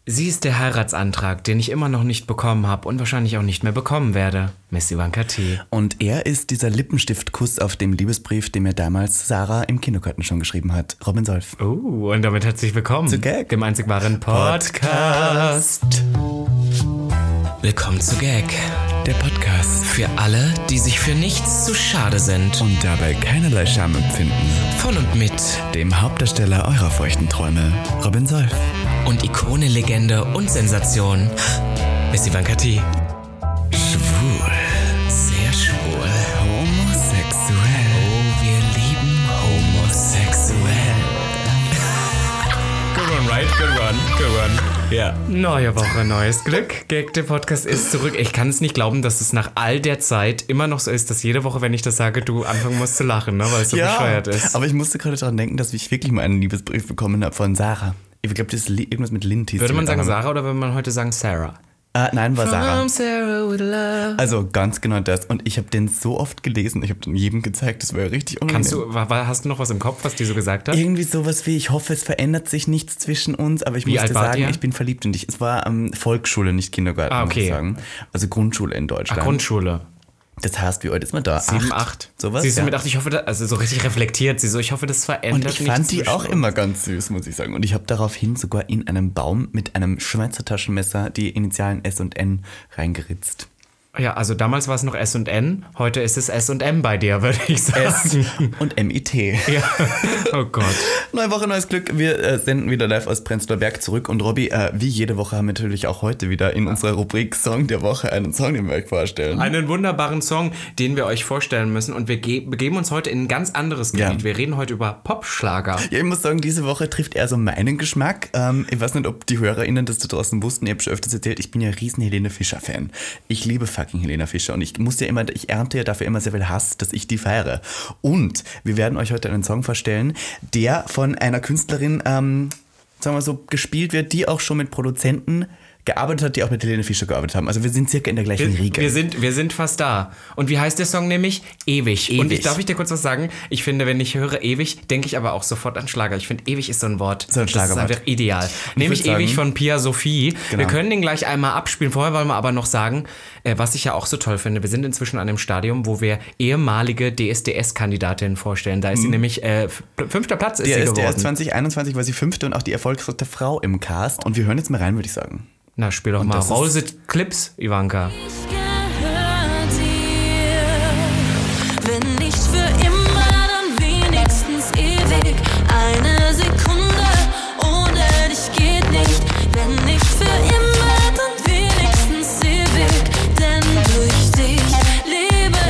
Sie ist der Heiratsantrag, den ich immer noch nicht bekommen habe und wahrscheinlich auch nicht mehr bekommen werde. Miss Ivanka T. Und er ist dieser Lippenstiftkuss auf dem Liebesbrief, den mir damals Sarah im Kindergarten schon geschrieben hat. Robin Solf. Oh, und damit herzlich willkommen zu Gag, dem einzig wahren Podcast. Willkommen zu Gag, der Podcast für alle, die sich für nichts zu schade sind und dabei keinerlei Scham empfinden. Von und mit dem Hauptdarsteller eurer feuchten Träume, Robin Solf. Und Ikone, Legende und Sensation, Miss Ivanka T. Schwul. Sehr schwul. Homosexuell. Oh, wir lieben homosexuell. Good one, right? Good one. Good one. Ja. Neue Woche, neues Glück. Gag, der Podcast ist zurück. Ich kann es nicht glauben, dass es nach all der Zeit immer noch so ist, dass jede Woche, wenn ich das sage, du anfangen musst zu lachen, ne? Weil es so bescheuert ist. Aber ich musste gerade daran denken, dass ich wirklich mal einen Liebesbrief bekommen habe von Sarah. Ich glaube, das ist irgendwas mit Lintis. Würde man sagen Sarah oder würde man heute sagen Sarah? Nein, war Sarah. Sarah with love. Also ganz genau das. Und ich habe den so oft gelesen, ich habe den jedem gezeigt, das war ja richtig unangenehm. Hast du noch was im Kopf, was die so gesagt hat? Irgendwie sowas wie, ich hoffe, es verändert sich nichts zwischen uns, aber ich muss dir sagen, ich bin verliebt in dich. Es war Volksschule, nicht Kindergarten, muss ich sagen. Also Grundschule in Deutschland. Grundschule. Das heißt, wie alt ist man da? 7, 8. Sowas? Sie ist mit 8, ich hoffe, also so richtig reflektiert sie so, ich hoffe, das verändert nichts. Und ich fand die auch immer ganz süß, muss ich sagen. Und ich habe daraufhin sogar in einem Baum mit einem Schweizer Taschenmesser die Initialen S und N reingeritzt. Ja, also damals war es noch S und N, heute ist es S und M bei dir, würde ich sagen. S und MIT. Ja. Oh Gott. Neue Woche, neues Glück. Wir senden wieder live aus Prenzlauer Berg zurück. Und Robby, wie jede Woche haben wir natürlich auch heute wieder in unserer Rubrik Song der Woche einen Song, den wir euch vorstellen. Einen wunderbaren Song, den wir euch vorstellen müssen. Und wir begeben uns heute in ein ganz anderes Gebiet. Ja. Wir reden heute über Popschlager. Ja, ich muss sagen, diese Woche trifft eher so meinen Geschmack. Ich weiß nicht, ob die HörerInnen das da draußen wussten. Ich habe schon öfters erzählt, ich bin ja riesen Helene Fischer-Fan. Ich liebe fucking Helene Fischer und ich ernte ja dafür immer sehr viel Hass, dass ich die feiere. Und wir werden euch heute einen Song vorstellen, der von einer Künstlerin, sagen wir so, gespielt wird, die auch schon mit Produzenten gearbeitet hat, die auch mit Helene Fischer gearbeitet haben. Also wir sind circa in der gleichen Riege. Wir sind fast da. Und wie heißt der Song nämlich? Ewig. Und darf ich dir kurz was sagen? Ich finde, wenn ich höre ewig, denke ich aber auch sofort an Schlager. Ich finde, ewig ist so ein Wort. So ein Schlagerwort. Das ist einfach ideal. Nämlich ewig von Pia Sophie. Genau. Wir können den gleich einmal abspielen. Vorher wollen wir aber noch sagen, was ich ja auch so toll finde, wir sind inzwischen an einem Stadium, wo wir ehemalige DSDS-Kandidatinnen vorstellen. Da ist sie nämlich 5. Platz ist sie geworden. DSDS 2021 war sie 5. und auch die erfolgreichste Frau im Cast. Und wir hören jetzt mal rein, würde ich sagen. Na, spiel doch mal Roll the Clips, Ivanka. Ich gehöre dir, wenn nicht für immer, dann wenigstens ewig. Eine Sekunde ohne dich geht nicht, wenn nicht für immer, dann wenigstens ewig. Denn durch dich lebe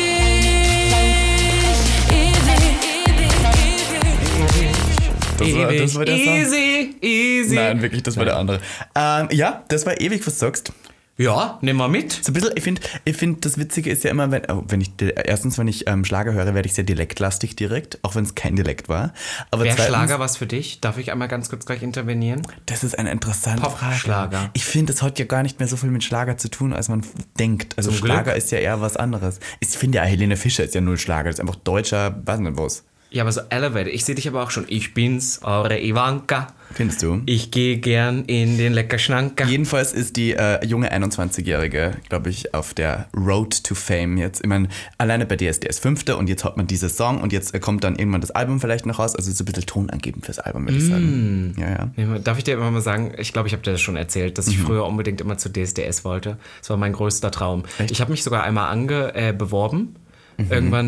ich ewig. Das war der Song. Easy. Nein, wirklich, das war der andere. Ja, das war ewig, was du sagst. Ja, nimm mal mit. So ein bisschen, ich finde, das Witzige ist ja immer, wenn ich Schlager höre, werde ich sehr dialektlastig direkt, auch wenn es kein Dialekt war. Aber wäre Schlager was für dich? Darf ich einmal ganz kurz gleich intervenieren? Das ist eine interessante Frage. Schlager. Ich finde, das hat ja gar nicht mehr so viel mit Schlager zu tun, als man denkt. Also Schlager ist ja eher was anderes. Ich finde ja, Helene Fischer ist ja null Schlager, das ist einfach deutscher, weiß nicht was. Ja, aber so elevated. Ich sehe dich aber auch schon. Ich bin's, eure Ivanka. Findest du? Ich gehe gern in den Leckerschnanker. Jedenfalls ist die junge 21-Jährige, glaube ich, auf der Road to Fame jetzt. Ich meine, alleine bei DSDS 5. und jetzt hat man diesen Song und jetzt kommt dann irgendwann das Album vielleicht noch raus. Also so ein bisschen tonangebend fürs Album, würde ich sagen. Ja. Darf ich dir immer mal sagen, ich glaube, ich habe dir das schon erzählt, dass ich früher unbedingt immer zu DSDS wollte. Das war mein größter Traum. Echt? Ich habe mich sogar einmal beworben. Irgendwann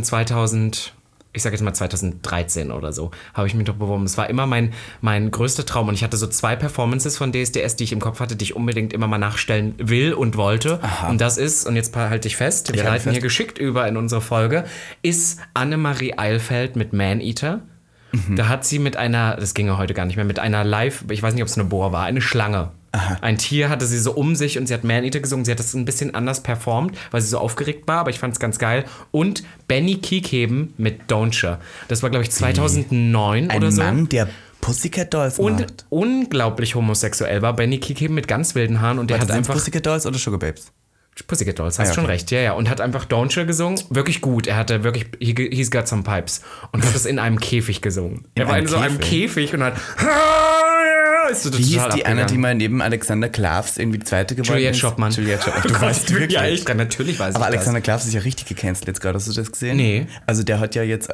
2013 oder so, habe ich mich doch beworben. Es war immer mein größter Traum und ich hatte so 2 Performances von DSDS, die ich im Kopf hatte, die ich unbedingt immer mal nachstellen will und wollte. Aha. Und das ist, und jetzt halte ich fest, wir leiten hier geschickt über in unsere Folge, ist Annemarie Eilfeld mit Man-Eater. Da hat sie mit einer, das ging ja heute gar nicht mehr, mit einer Live, ich weiß nicht, ob es eine Boa war, eine Schlange. Aha. Ein Tier hatte sie so um sich und sie hat Man-Eater gesungen. Sie hat das ein bisschen anders performt, weil sie so aufgeregt war, aber ich fand es ganz geil. Und Benny Kiekhaeben mit Don't. Das war, glaube ich, 2009 oder so. Ein Mann, der Pussycat Dolls macht. Und unglaublich homosexuell war Benny Kiekhaeben mit ganz wilden Haaren. Und der hat einfach Pussycat Dolls oder Sugar Babes? Pussycat Dolls, hast schon recht, ja. Und hat einfach Don't gesungen, wirklich gut. Er hatte wirklich, he's got some pipes. Und hat es in einem Käfig gesungen. Er war in so einem Käfig und hat ist Wie hieß die eine, die mal neben Alexander Klavs irgendwie die zweite geworden Juliette ist? Schoppmann. Juliette Schoppmann. Du weißt wirklich. Ja, natürlich weiß ich Aber das. Alexander Klavs ist ja richtig gecancelt jetzt gerade. Hast du das gesehen? Nee. Also der hat ja jetzt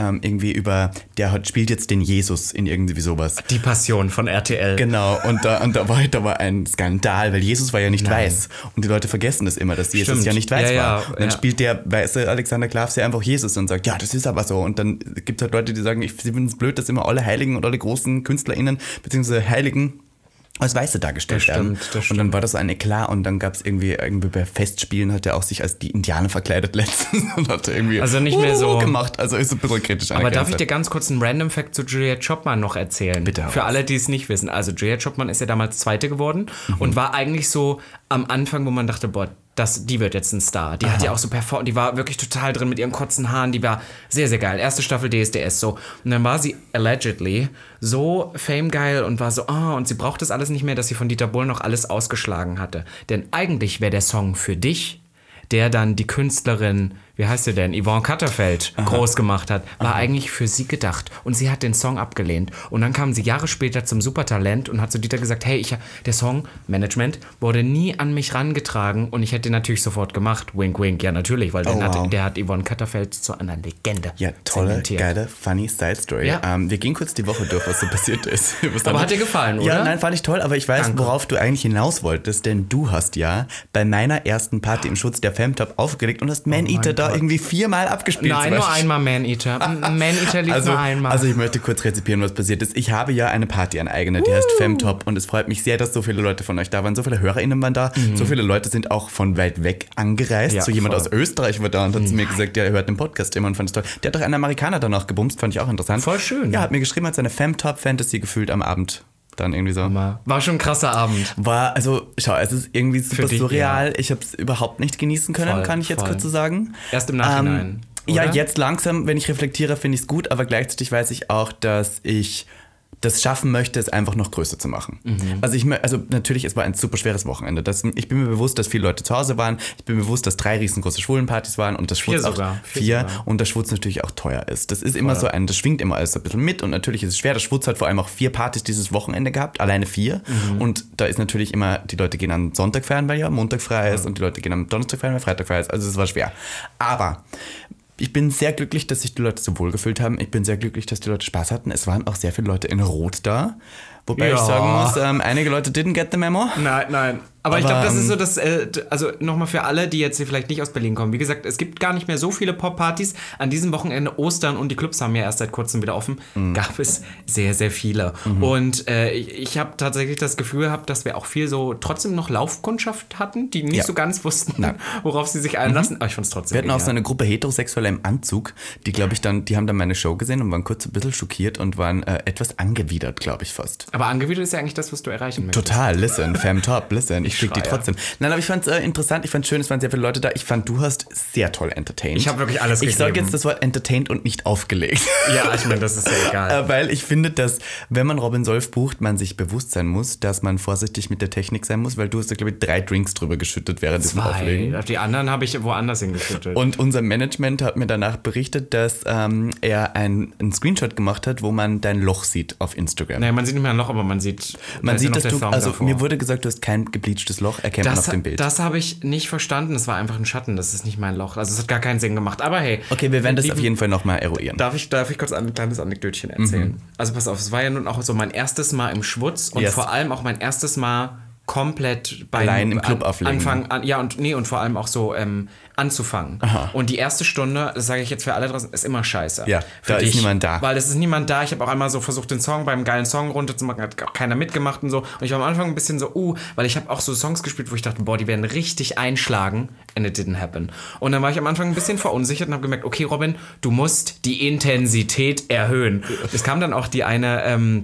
spielt jetzt den Jesus in irgendwie sowas. Die Passion von RTL. Genau, und da war ein Skandal, weil Jesus war ja nicht weiß. Und die Leute vergessen das immer, dass Jesus ja nicht weiß war. Und dann spielt der weiße Alexander Klavs ja einfach Jesus und sagt, ja, das ist aber so. Und dann gibt es halt Leute, die sagen, ich finde es blöd, dass immer alle Heiligen und alle großen KünstlerInnen bzw. Heiligen als Weiße dargestellt werden. Das stimmt. Und dann war das so ein Eklat und dann gab es irgendwie bei Festspielen hat er auch sich als die Indianer verkleidet letztens und hat irgendwie also nicht mehr so gemacht. Also ist ein bisschen kritisch. Aber darf ich dir ganz kurz einen Random Fact zu Juliette Schoppmann noch erzählen? Bitte. Für alle, die es nicht wissen. Also Juliette Schoppmann ist ja damals Zweite geworden und war eigentlich so am Anfang, wo man dachte, boah, die wird jetzt ein Star. Die hat ja auch so performt, die war wirklich total drin mit ihren kurzen Haaren, die war sehr, sehr geil. Erste Staffel DSDS so. Und dann war sie allegedly so famegeil und war so, und sie braucht das alles nicht mehr, dass sie von Dieter Bohlen noch alles ausgeschlagen hatte. Denn eigentlich wäre der Song für dich, der dann die Künstlerin, wie heißt sie denn, Yvonne Katterfeld groß gemacht hat, war eigentlich für sie gedacht. Und sie hat den Song abgelehnt. Und dann kam sie Jahre später zum Supertalent und hat zu Dieter gesagt, hey, der Song, Management, wurde nie an mich rangetragen und ich hätte den natürlich sofort gemacht. Wink, wink, ja natürlich, weil der hat Yvonne Katterfeld zu einer Legende Ja, tolle, zementiert. geile, funny Side-Story. Ja. Wir gehen kurz die Woche durch, was so passiert ist. Aber hat dir gefallen, oder? Ja, nein, fand ich toll, aber ich weiß, worauf du eigentlich hinaus wolltest, denn du hast ja bei meiner ersten Party im Schutz der Femtop aufgelegt und hast Man-Eater da irgendwie 4-mal abgespielt. Nein, nur einmal Man-Eater. Man-Eater lief nur einmal. Also ich möchte kurz rezipieren, was passiert ist. Ich habe ja eine Party, eine eigene, die heißt Femtop und es freut mich sehr, dass so viele Leute von euch da waren. So viele HörerInnen waren da. So viele Leute sind auch von weit weg angereist. Ja, so jemand voll. aus Österreich war da und hat zu mir gesagt, ja, er hört den Podcast immer und fand es toll. Der hat doch einen Amerikaner danach gebumst, fand ich auch interessant. Voll schön. Ja, hat mir geschrieben, hat seine Femtop-Fantasy gefühlt am Abend. Dann irgendwie so. War schon ein krasser Abend. Schau, es ist irgendwie super dich, surreal. ja. Ich habe es überhaupt nicht genießen können, Voll, kann ich jetzt voll. kurz so sagen. Erst im Nachhinein. Ja, oder? jetzt langsam, wenn ich reflektiere, finde ich es gut, aber gleichzeitig weiß ich auch, dass ich das schaffen möchte, es einfach noch größer zu machen. Also natürlich, es war ein super schweres Wochenende. Ich bin mir bewusst, dass viele Leute zu Hause waren. Ich bin mir bewusst, dass 3 riesengroße Schwulenpartys waren und das Schwutz auch 4 und das Schwutz natürlich auch teuer ist. Das ist immer so das schwingt immer alles so ein bisschen mit und natürlich ist es schwer. Der Schwutz hat vor allem auch 4 Partys dieses Wochenende gehabt, alleine 4. Und da ist natürlich immer, die Leute gehen am Sonntag feiern, weil ja Montag frei ist und die Leute gehen am Donnerstag feiern, weil Freitag frei ist. Also es war schwer. Aber ich bin sehr glücklich, dass sich die Leute so wohl gefühlt haben. Ich bin sehr glücklich, dass die Leute Spaß hatten. Es waren auch sehr viele Leute in Rot da. Wobei ich sagen muss, einige Leute didn't get the memo. Nein. Aber ich glaube, das ist so, dass, also nochmal für alle, die jetzt hier vielleicht nicht aus Berlin kommen. Wie gesagt, es gibt gar nicht mehr so viele Pop-Partys. An diesem Wochenende, Ostern und die Clubs haben ja erst seit kurzem wieder offen, gab es sehr, sehr viele. Und ich habe tatsächlich das Gefühl gehabt, dass wir auch viel so trotzdem noch Laufkundschaft hatten, die nicht so ganz wussten, worauf sie sich einlassen. Aber ich fand es trotzdem Wir hatten auch so eine Gruppe Heterosexuelle im Anzug, die, glaube ich, die haben dann meine Show gesehen und waren kurz ein bisschen schockiert und waren etwas angewidert, glaube ich fast. Aber angewidert ist ja eigentlich das, was du erreichen möchtest. Total, listen, Femtop, listen. Ich krieg die trotzdem. Nein, aber ich fand es interessant, ich fand es schön, es waren sehr viele Leute da. Ich fand, du hast sehr toll entertained. Ich habe wirklich alles gegeben. Ich sage jetzt das Wort entertained und nicht aufgelegt. Ja, ich meine, das ist ja egal. Weil ich finde, dass, wenn man Robin Solf bucht, man sich bewusst sein muss, dass man vorsichtig mit der Technik sein muss, weil du hast da, glaube ich, 3 Drinks drüber geschüttet während diesem Auflegen. Die anderen habe ich woanders hingeschüttet. Und unser Management hat mir danach berichtet, dass er einen Screenshot gemacht hat, wo man dein Loch sieht auf Instagram. Naja, man sieht nicht mehr ein Loch, aber man sieht dass du, also davor. Mir wurde gesagt, du hast kein gebleachtes Loch, erkennt man auf dem Bild. Das habe ich nicht verstanden, es war einfach ein Schatten, das ist nicht mein Loch. Also es hat gar keinen Sinn gemacht, aber hey. Okay, wir werden das auf jeden Fall nochmal eruieren. Darf ich kurz ein kleines Anekdötchen erzählen? Also pass auf, es war ja nun auch so mein erstes Mal im Schwutz und vor allem auch mein erstes Mal komplett allein im Club auflegen. Und vor allem auch so anzufangen. Aha. Und die erste Stunde, das sage ich jetzt für alle draußen, ist immer scheiße. Ja, da ist niemand da. Weil es ist niemand da. Ich habe auch einmal so versucht, den Song beim geilen Song runterzumachen, hat auch keiner mitgemacht und so. Und ich war am Anfang ein bisschen so, weil ich habe auch so Songs gespielt, wo ich dachte, boah, die werden richtig einschlagen. And it didn't happen. Und dann war ich am Anfang ein bisschen verunsichert und habe gemerkt, okay, Robin, du musst die Intensität erhöhen. Es kam dann auch die eine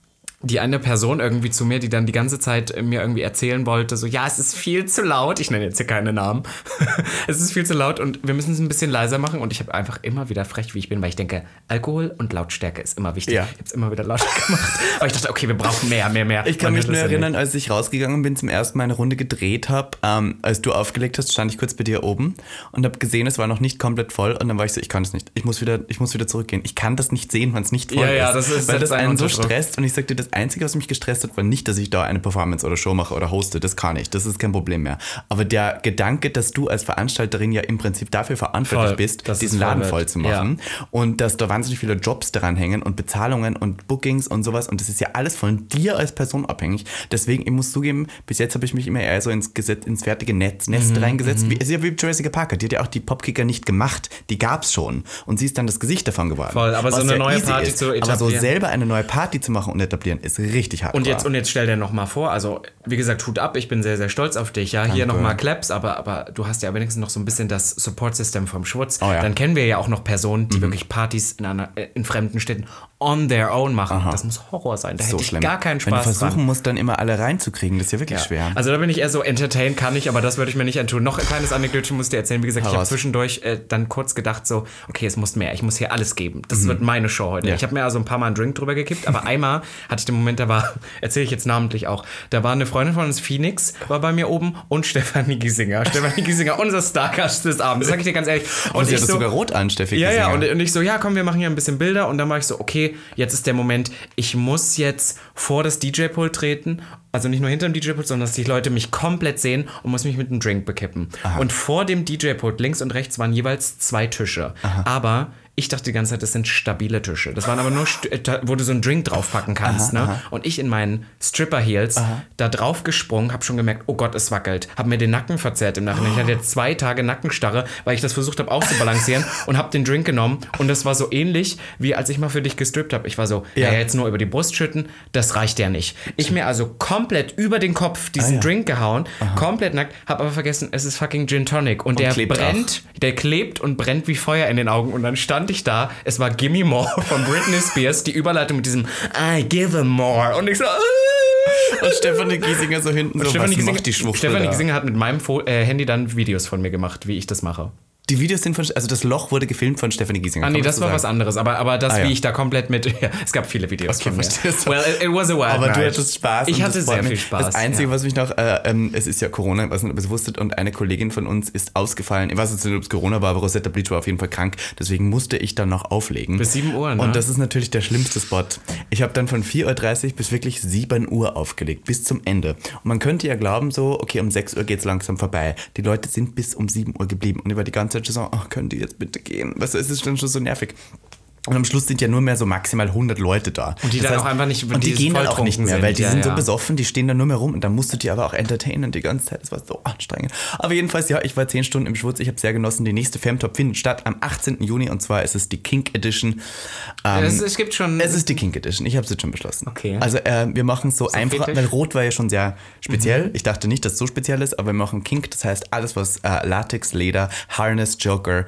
Person irgendwie zu mir, die dann die ganze Zeit mir irgendwie erzählen wollte, so, ja, es ist viel zu laut. Ich nenne jetzt hier keine Namen. Es ist viel zu laut und wir müssen es ein bisschen leiser machen. Und ich habe einfach immer wieder frech, wie ich bin, weil ich denke, Alkohol und Lautstärke ist immer wichtig. Ja. Ich habe es immer wieder lauter gemacht. Aber ich dachte, okay, wir brauchen mehr. Ich kann mich nur erinnern, als ich rausgegangen bin, zum ersten Mal eine Runde gedreht habe, als du aufgelegt hast, stand ich kurz bei dir oben und habe gesehen, es war noch nicht komplett voll. Und dann war ich so, ich kann das nicht. Ich muss wieder zurückgehen. Ich kann das nicht sehen, wenn es nicht voll ist. Das ist weil das einen so stresst. Und ich sag dir, das das Einzige, was mich gestresst hat, war nicht, dass ich da eine Performance oder Show mache oder hoste. Das kann ich. Das ist kein Problem mehr. Aber der Gedanke, dass du als Veranstalterin ja im Prinzip dafür verantwortlich bist, diesen Laden voll zu machen und dass da wahnsinnig viele Jobs daran hängen und Bezahlungen und Bookings und sowas und das ist ja alles von dir als Person abhängig. Deswegen, ich muss zugeben, bis jetzt habe ich mich immer eher so ins fertige Nest reingesetzt. Es ist ja wie Jessica Parker, die hat ja auch die Popkicker nicht gemacht. Die gab's schon. Und sie ist dann das Gesicht davon geworden. Voll, aber so eine neue Party zu etablieren. Aber so selber eine neue Party zu machen und etablieren, ist richtig hart. Und jetzt stell dir noch mal vor, also wie gesagt, Hut ab, ich bin sehr, sehr stolz auf dich. Ja, hier nochmal Claps, aber du hast ja wenigstens noch so ein bisschen das Support-System vom Schwutz. Oh, ja. Dann kennen wir ja auch noch Personen, die wirklich Partys in fremden Städten on their own machen. Aha. Das muss Horror sein. Da hätte ich gar keinen Spaß dran. Wenn du versuchen musst, dann immer alle reinzukriegen, das ist ja wirklich schwer. Also da bin ich eher so, entertain kann ich, aber das würde ich mir nicht antun. Noch ein kleines Anekdötchen musst du erzählen. Wie gesagt, ich habe zwischendurch dann kurz gedacht so, okay, es muss mehr. Ich muss hier alles geben. Das wird meine Show heute. Ja. Ich habe mir also ein paar Mal einen Drink drüber gekippt, aber einmal hatte ich den Moment, erzähle ich jetzt namentlich auch, da war eine Freundin von uns, Phoenix, war bei mir oben und Stefanie Giesinger. Stefanie Giesinger, unser Stargast des Abends. Das sag ich dir ganz ehrlich. Und sie hat das sogar rot an, Steffi Giesinger. Ja, und ich so, ja, komm, wir machen hier ein bisschen Bilder. Und dann war ich so, okay, jetzt ist der Moment, ich muss jetzt vor das DJ-Pult treten. Also nicht nur hinter dem DJ-Pult, sondern dass die Leute mich komplett sehen und muss mich mit einem Drink bekippen. Aha. Und vor dem DJ-Pult links und rechts waren jeweils 2 Tische. Aha. Aber ich dachte die ganze Zeit, das sind stabile Tische. Das waren aber nur, wo du so einen Drink draufpacken kannst. Aha, ne? Und ich in meinen Stripper-Heels da drauf gesprungen, habe schon gemerkt, oh Gott, es wackelt. Habe mir den Nacken verzerrt im Nachhinein. Ich hatte jetzt 2 Tage Nackenstarre, weil ich das versucht habe auszubalancieren und habe den Drink genommen. Und das war so ähnlich, wie als ich mal für dich gestrippt habe. Ich war so, ja, jetzt nur über die Brust schütten, das reicht ja nicht. Ich mir also komplett über den Kopf diesen Drink gehauen, komplett nackt, habe aber vergessen, es ist fucking Gin Tonic. Und der brennt, der klebt und brennt wie Feuer in den Augen. Und dann stand ich da, es war Gimme More von Britney Spears, die Überleitung mit diesem I give him more. Und ich so, und Stefanie Giesinger so hinten so, Stefanie Giesinger hat mit meinem Handy dann Videos von mir gemacht, wie ich das mache. Die Videos sind also das Loch wurde gefilmt von Stefanie Giesinger. Nee, das war was anderes. Aber das, wie ich da komplett mit... Ja, es gab viele Videos von mir. Well, it was a wild aber night. Du hattest Spaß. Ich hatte sehr viel Spaß. Das Einzige, was mich noch... es ist ja Corona, ich weiß nicht, ob ihr es wusstet, und eine Kollegin von uns ist ausgefallen. Ich weiß nicht, ob es Corona war, aber Rosetta Bleach war auf jeden Fall krank. Deswegen musste ich dann noch auflegen. Bis 7 Uhr, ne? Und das ist natürlich der schlimmste Spot. Ich habe dann von 4.30 Uhr bis wirklich 7 Uhr aufgelegt, bis zum Ende. Und man könnte ja glauben so, okay, um 6 Uhr geht es langsam vorbei. Die Leute sind bis um 7 Uhr geblieben. Und ich war die ganze Zeit schon so, können die jetzt bitte gehen? Weißt du, es ist dann schon so nervig. Und am Schluss sind ja nur mehr so maximal 100 Leute da. Und die dann auch einfach nicht... Und die gehen dann auch nicht mehr, weil die sind so besoffen, die stehen dann nur mehr rum und dann musst du die aber auch entertainen die ganze Zeit. Das war so anstrengend. Aber jedenfalls, ja, ich war 10 Stunden im Schwutz, ich habe sehr genossen. Die nächste Femtop findet statt am 18. Juni und zwar ist es die Kink Edition. Es gibt schon... Es ist die Kink Edition, ich habe es jetzt schon beschlossen. Okay. Also wir machen es so einfach, weil Rot war ja schon sehr speziell. Ich dachte nicht, dass es so speziell ist, aber wir machen Kink, das heißt alles, was Latex, Leder, Harness, Joker,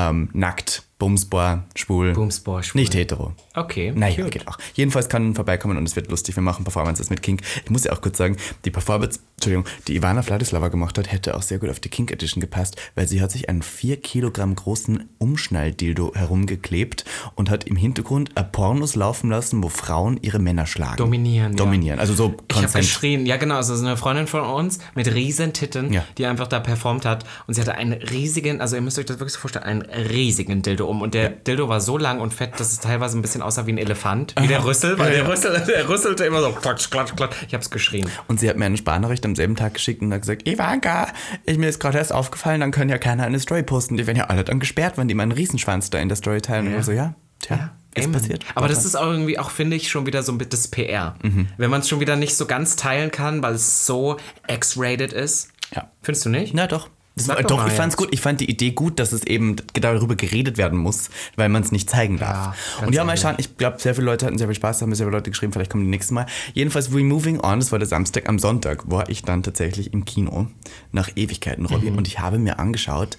nackt, Bumsbar, schwul. Nicht hetero. Okay. Naja, geht auch. Jedenfalls kann man vorbeikommen und es wird lustig. Wir machen Performances mit Kink. Ich muss ja auch kurz sagen, die Performance, die Ivana Vladislava gemacht hat, hätte auch sehr gut auf die Kink Edition gepasst, weil sie hat sich einen 4 Kilogramm großen Umschnalldildo herumgeklebt und hat im Hintergrund Pornos laufen lassen, wo Frauen ihre Männer schlagen. Dominieren. Ja. Also so Ich habe geschrien. Ja, genau. Also so eine Freundin von uns mit riesen Titten, die einfach da performt hat. Und sie hatte einen riesigen, also ihr müsst euch das wirklich so vorstellen, einen riesigen Dildo und der Dildo war so lang und fett, dass es teilweise ein bisschen aussah wie ein Elefant. Wie der Rüssel, weil der rüsselte immer so klatsch, klatsch, klatsch. Ich hab's geschrien. Und sie hat mir eine Sprachnachricht am selben Tag geschickt und hat gesagt, Ivanka, mir ist gerade erst aufgefallen, dann können ja keiner eine Story posten. Die werden ja alle dann gesperrt, wenn die meinen Riesenschwanz da in der Story teilen. Und ich so, ist passiert. Aber das ist auch irgendwie auch, finde ich, schon wieder so ein bisschen das PR. Wenn man es schon wieder nicht so ganz teilen kann, weil es so X-rated ist. Ja. Findest du nicht? Na doch. Doch, ich fand's gut. Ich fand die Idee gut, dass es eben darüber geredet werden muss, weil man es nicht zeigen darf. Und ja, mal schauen, ich glaube, sehr viele Leute hatten sehr viel Spaß, haben mir sehr viele Leute geschrieben, vielleicht kommen die nächsten Mal. Jedenfalls, We Moving On, das war der Samstag. Am Sonntag war ich dann tatsächlich im Kino, nach Ewigkeiten, Robby, und ich habe mir angeschaut,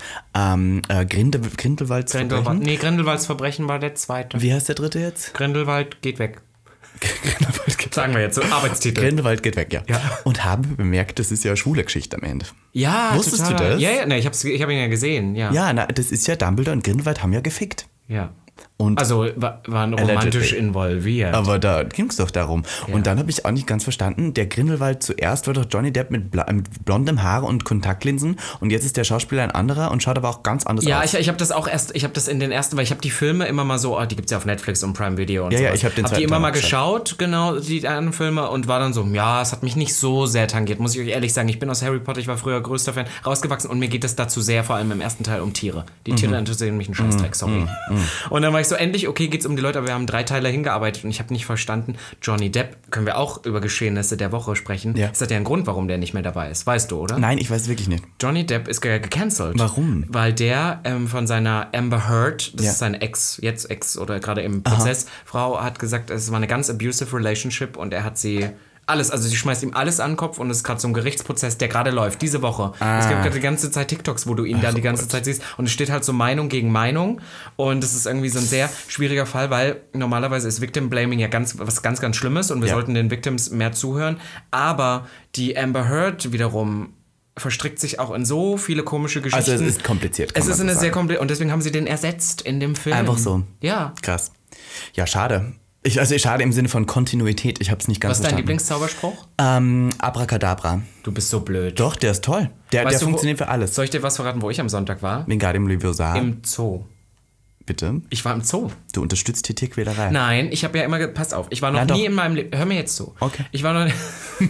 Grindelwalds Verbrechen. Nee, Grindelwalds Verbrechen war der zweite. Wie heißt der dritte jetzt? Grindelwald geht weg. Sagen wir jetzt so, Arbeitstitel. Grindelwald geht weg, ja. Und habe bemerkt, das ist ja eine schwule Geschichte am Ende. Ja, wusstest total. du das? Ja, nee, ich hab ihn ja gesehen, ja. Ja, das ist ja Dumbledore und Grindelwald haben ja gefickt. Ja. Und Also waren romantisch involviert. aber da ging es doch darum. Ja. Und dann habe ich auch nicht ganz verstanden, der Grindelwald zuerst war doch Johnny Depp mit blondem Haar und Kontaktlinsen und jetzt ist der Schauspieler ein anderer und schaut aber auch ganz anders aus. Ja, ich habe das auch ich habe das in den ersten, weil ich habe die Filme immer mal so, die gibt es ja auf Netflix und Prime Video und so. Ja, ich habe die immer mal geschaut, genau, die anderen Filme und war dann so, ja, es hat mich nicht so sehr tangiert, muss ich euch ehrlich sagen. Ich bin aus Harry Potter, ich war früher größter Fan, rausgewachsen und mir geht es dazu sehr, vor allem im ersten Teil, um Tiere. Die Tiere interessieren mich einen Scheißdreck, sorry. Und dann war ich so, endlich, okay, geht's um die Leute, aber wir haben 3 Teile hingearbeitet und ich habe nicht verstanden, Johnny Depp, können wir auch über Geschehnisse der Woche sprechen. Ja. Ist das ja ein Grund, warum der nicht mehr dabei ist, weißt du, oder? Nein, ich weiß wirklich nicht. Johnny Depp ist gecancelt. Warum? Weil der von seiner Amber Heard, das ist seine Ex oder gerade im Prozess, Frau, hat gesagt, es war eine ganz abusive Relationship und er hat sie alles, also sie schmeißt ihm alles an den Kopf und es ist gerade so ein Gerichtsprozess, der gerade läuft, diese Woche. Es gibt gerade die ganze Zeit TikToks, wo du ihn dann die ganze Zeit siehst und es steht halt so Meinung gegen Meinung und es ist irgendwie so ein sehr schwieriger Fall, weil normalerweise ist Victim Blaming ja was ganz, ganz Schlimmes und wir sollten den Victims mehr zuhören, aber die Amber Heard wiederum verstrickt sich auch in so viele komische Geschichten. Also es ist kompliziert. Es ist eine sehr kompliziert und deswegen haben sie den ersetzt in dem Film. Einfach so. Ja. Krass. Ja, schade. Schade im Sinne von Kontinuität. Ich habe es nicht ganz verstanden. Was ist dein Lieblingszauberspruch? Abracadabra. Du bist so blöd. Doch, der ist toll. Der funktioniert für alles. Soll ich dir was verraten, wo ich am Sonntag war? Wingardium Leviosa. Im Zoo. Bitte? Ich war im Zoo. Du unterstützt die Tierquälerei. Nein, ich habe ja immer... Pass auf, ich war noch nie in meinem Leben... Hör mir jetzt zu. Okay. Ich war noch...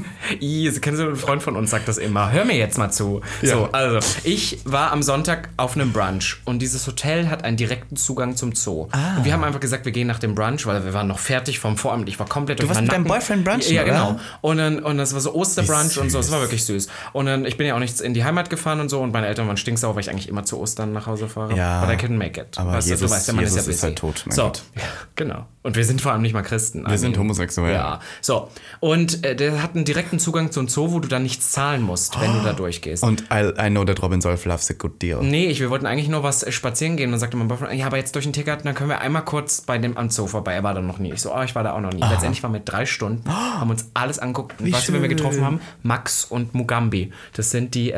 Kennst du, ein Freund von uns sagt das immer. Hör mir jetzt mal zu. Ja. So, also, ich war am Sonntag auf einem Brunch und dieses Hotel hat einen direkten Zugang zum Zoo. Und wir haben einfach gesagt, wir gehen nach dem Brunch, weil wir waren noch fertig vom Vorabend. Ich war komplett durch meinen Nacken. Du warst mit deinem Boyfriend brunchen, Ja, genau. Oder? Und das war so Osterbrunch und so. Es war wirklich süß. Und dann, ich bin ja auch nicht in die Heimat gefahren und so und meine Eltern waren stinksauer, weil ich eigentlich immer zu Ostern nach Hause fahre. Ja. But I couldn't make it. Aber weißt Jesus, du weißt, der Mann Jesus ist ja halt tot. So, ja, genau. Und wir sind vor allem nicht mal Christen. Wir sind homosexuell. Ja. So, und der hat einen direkten Zugang zum Zoo, wo du dann nichts zahlen musst, wenn du da durchgehst. Und I know that Robin Solf loves a good deal. Nee, wir wollten eigentlich nur was spazieren gehen. Und dann sagte mein Boyfriend, ja, aber jetzt durch den Tiergarten, dann können wir einmal kurz am Zoo vorbei. Er war da noch nie. Ich so, ich war da auch noch nie. Letztendlich waren wir 3 Stunden, haben uns alles angeguckt. Und weißt du, wen wir getroffen haben? Max und Mugambi. Das sind die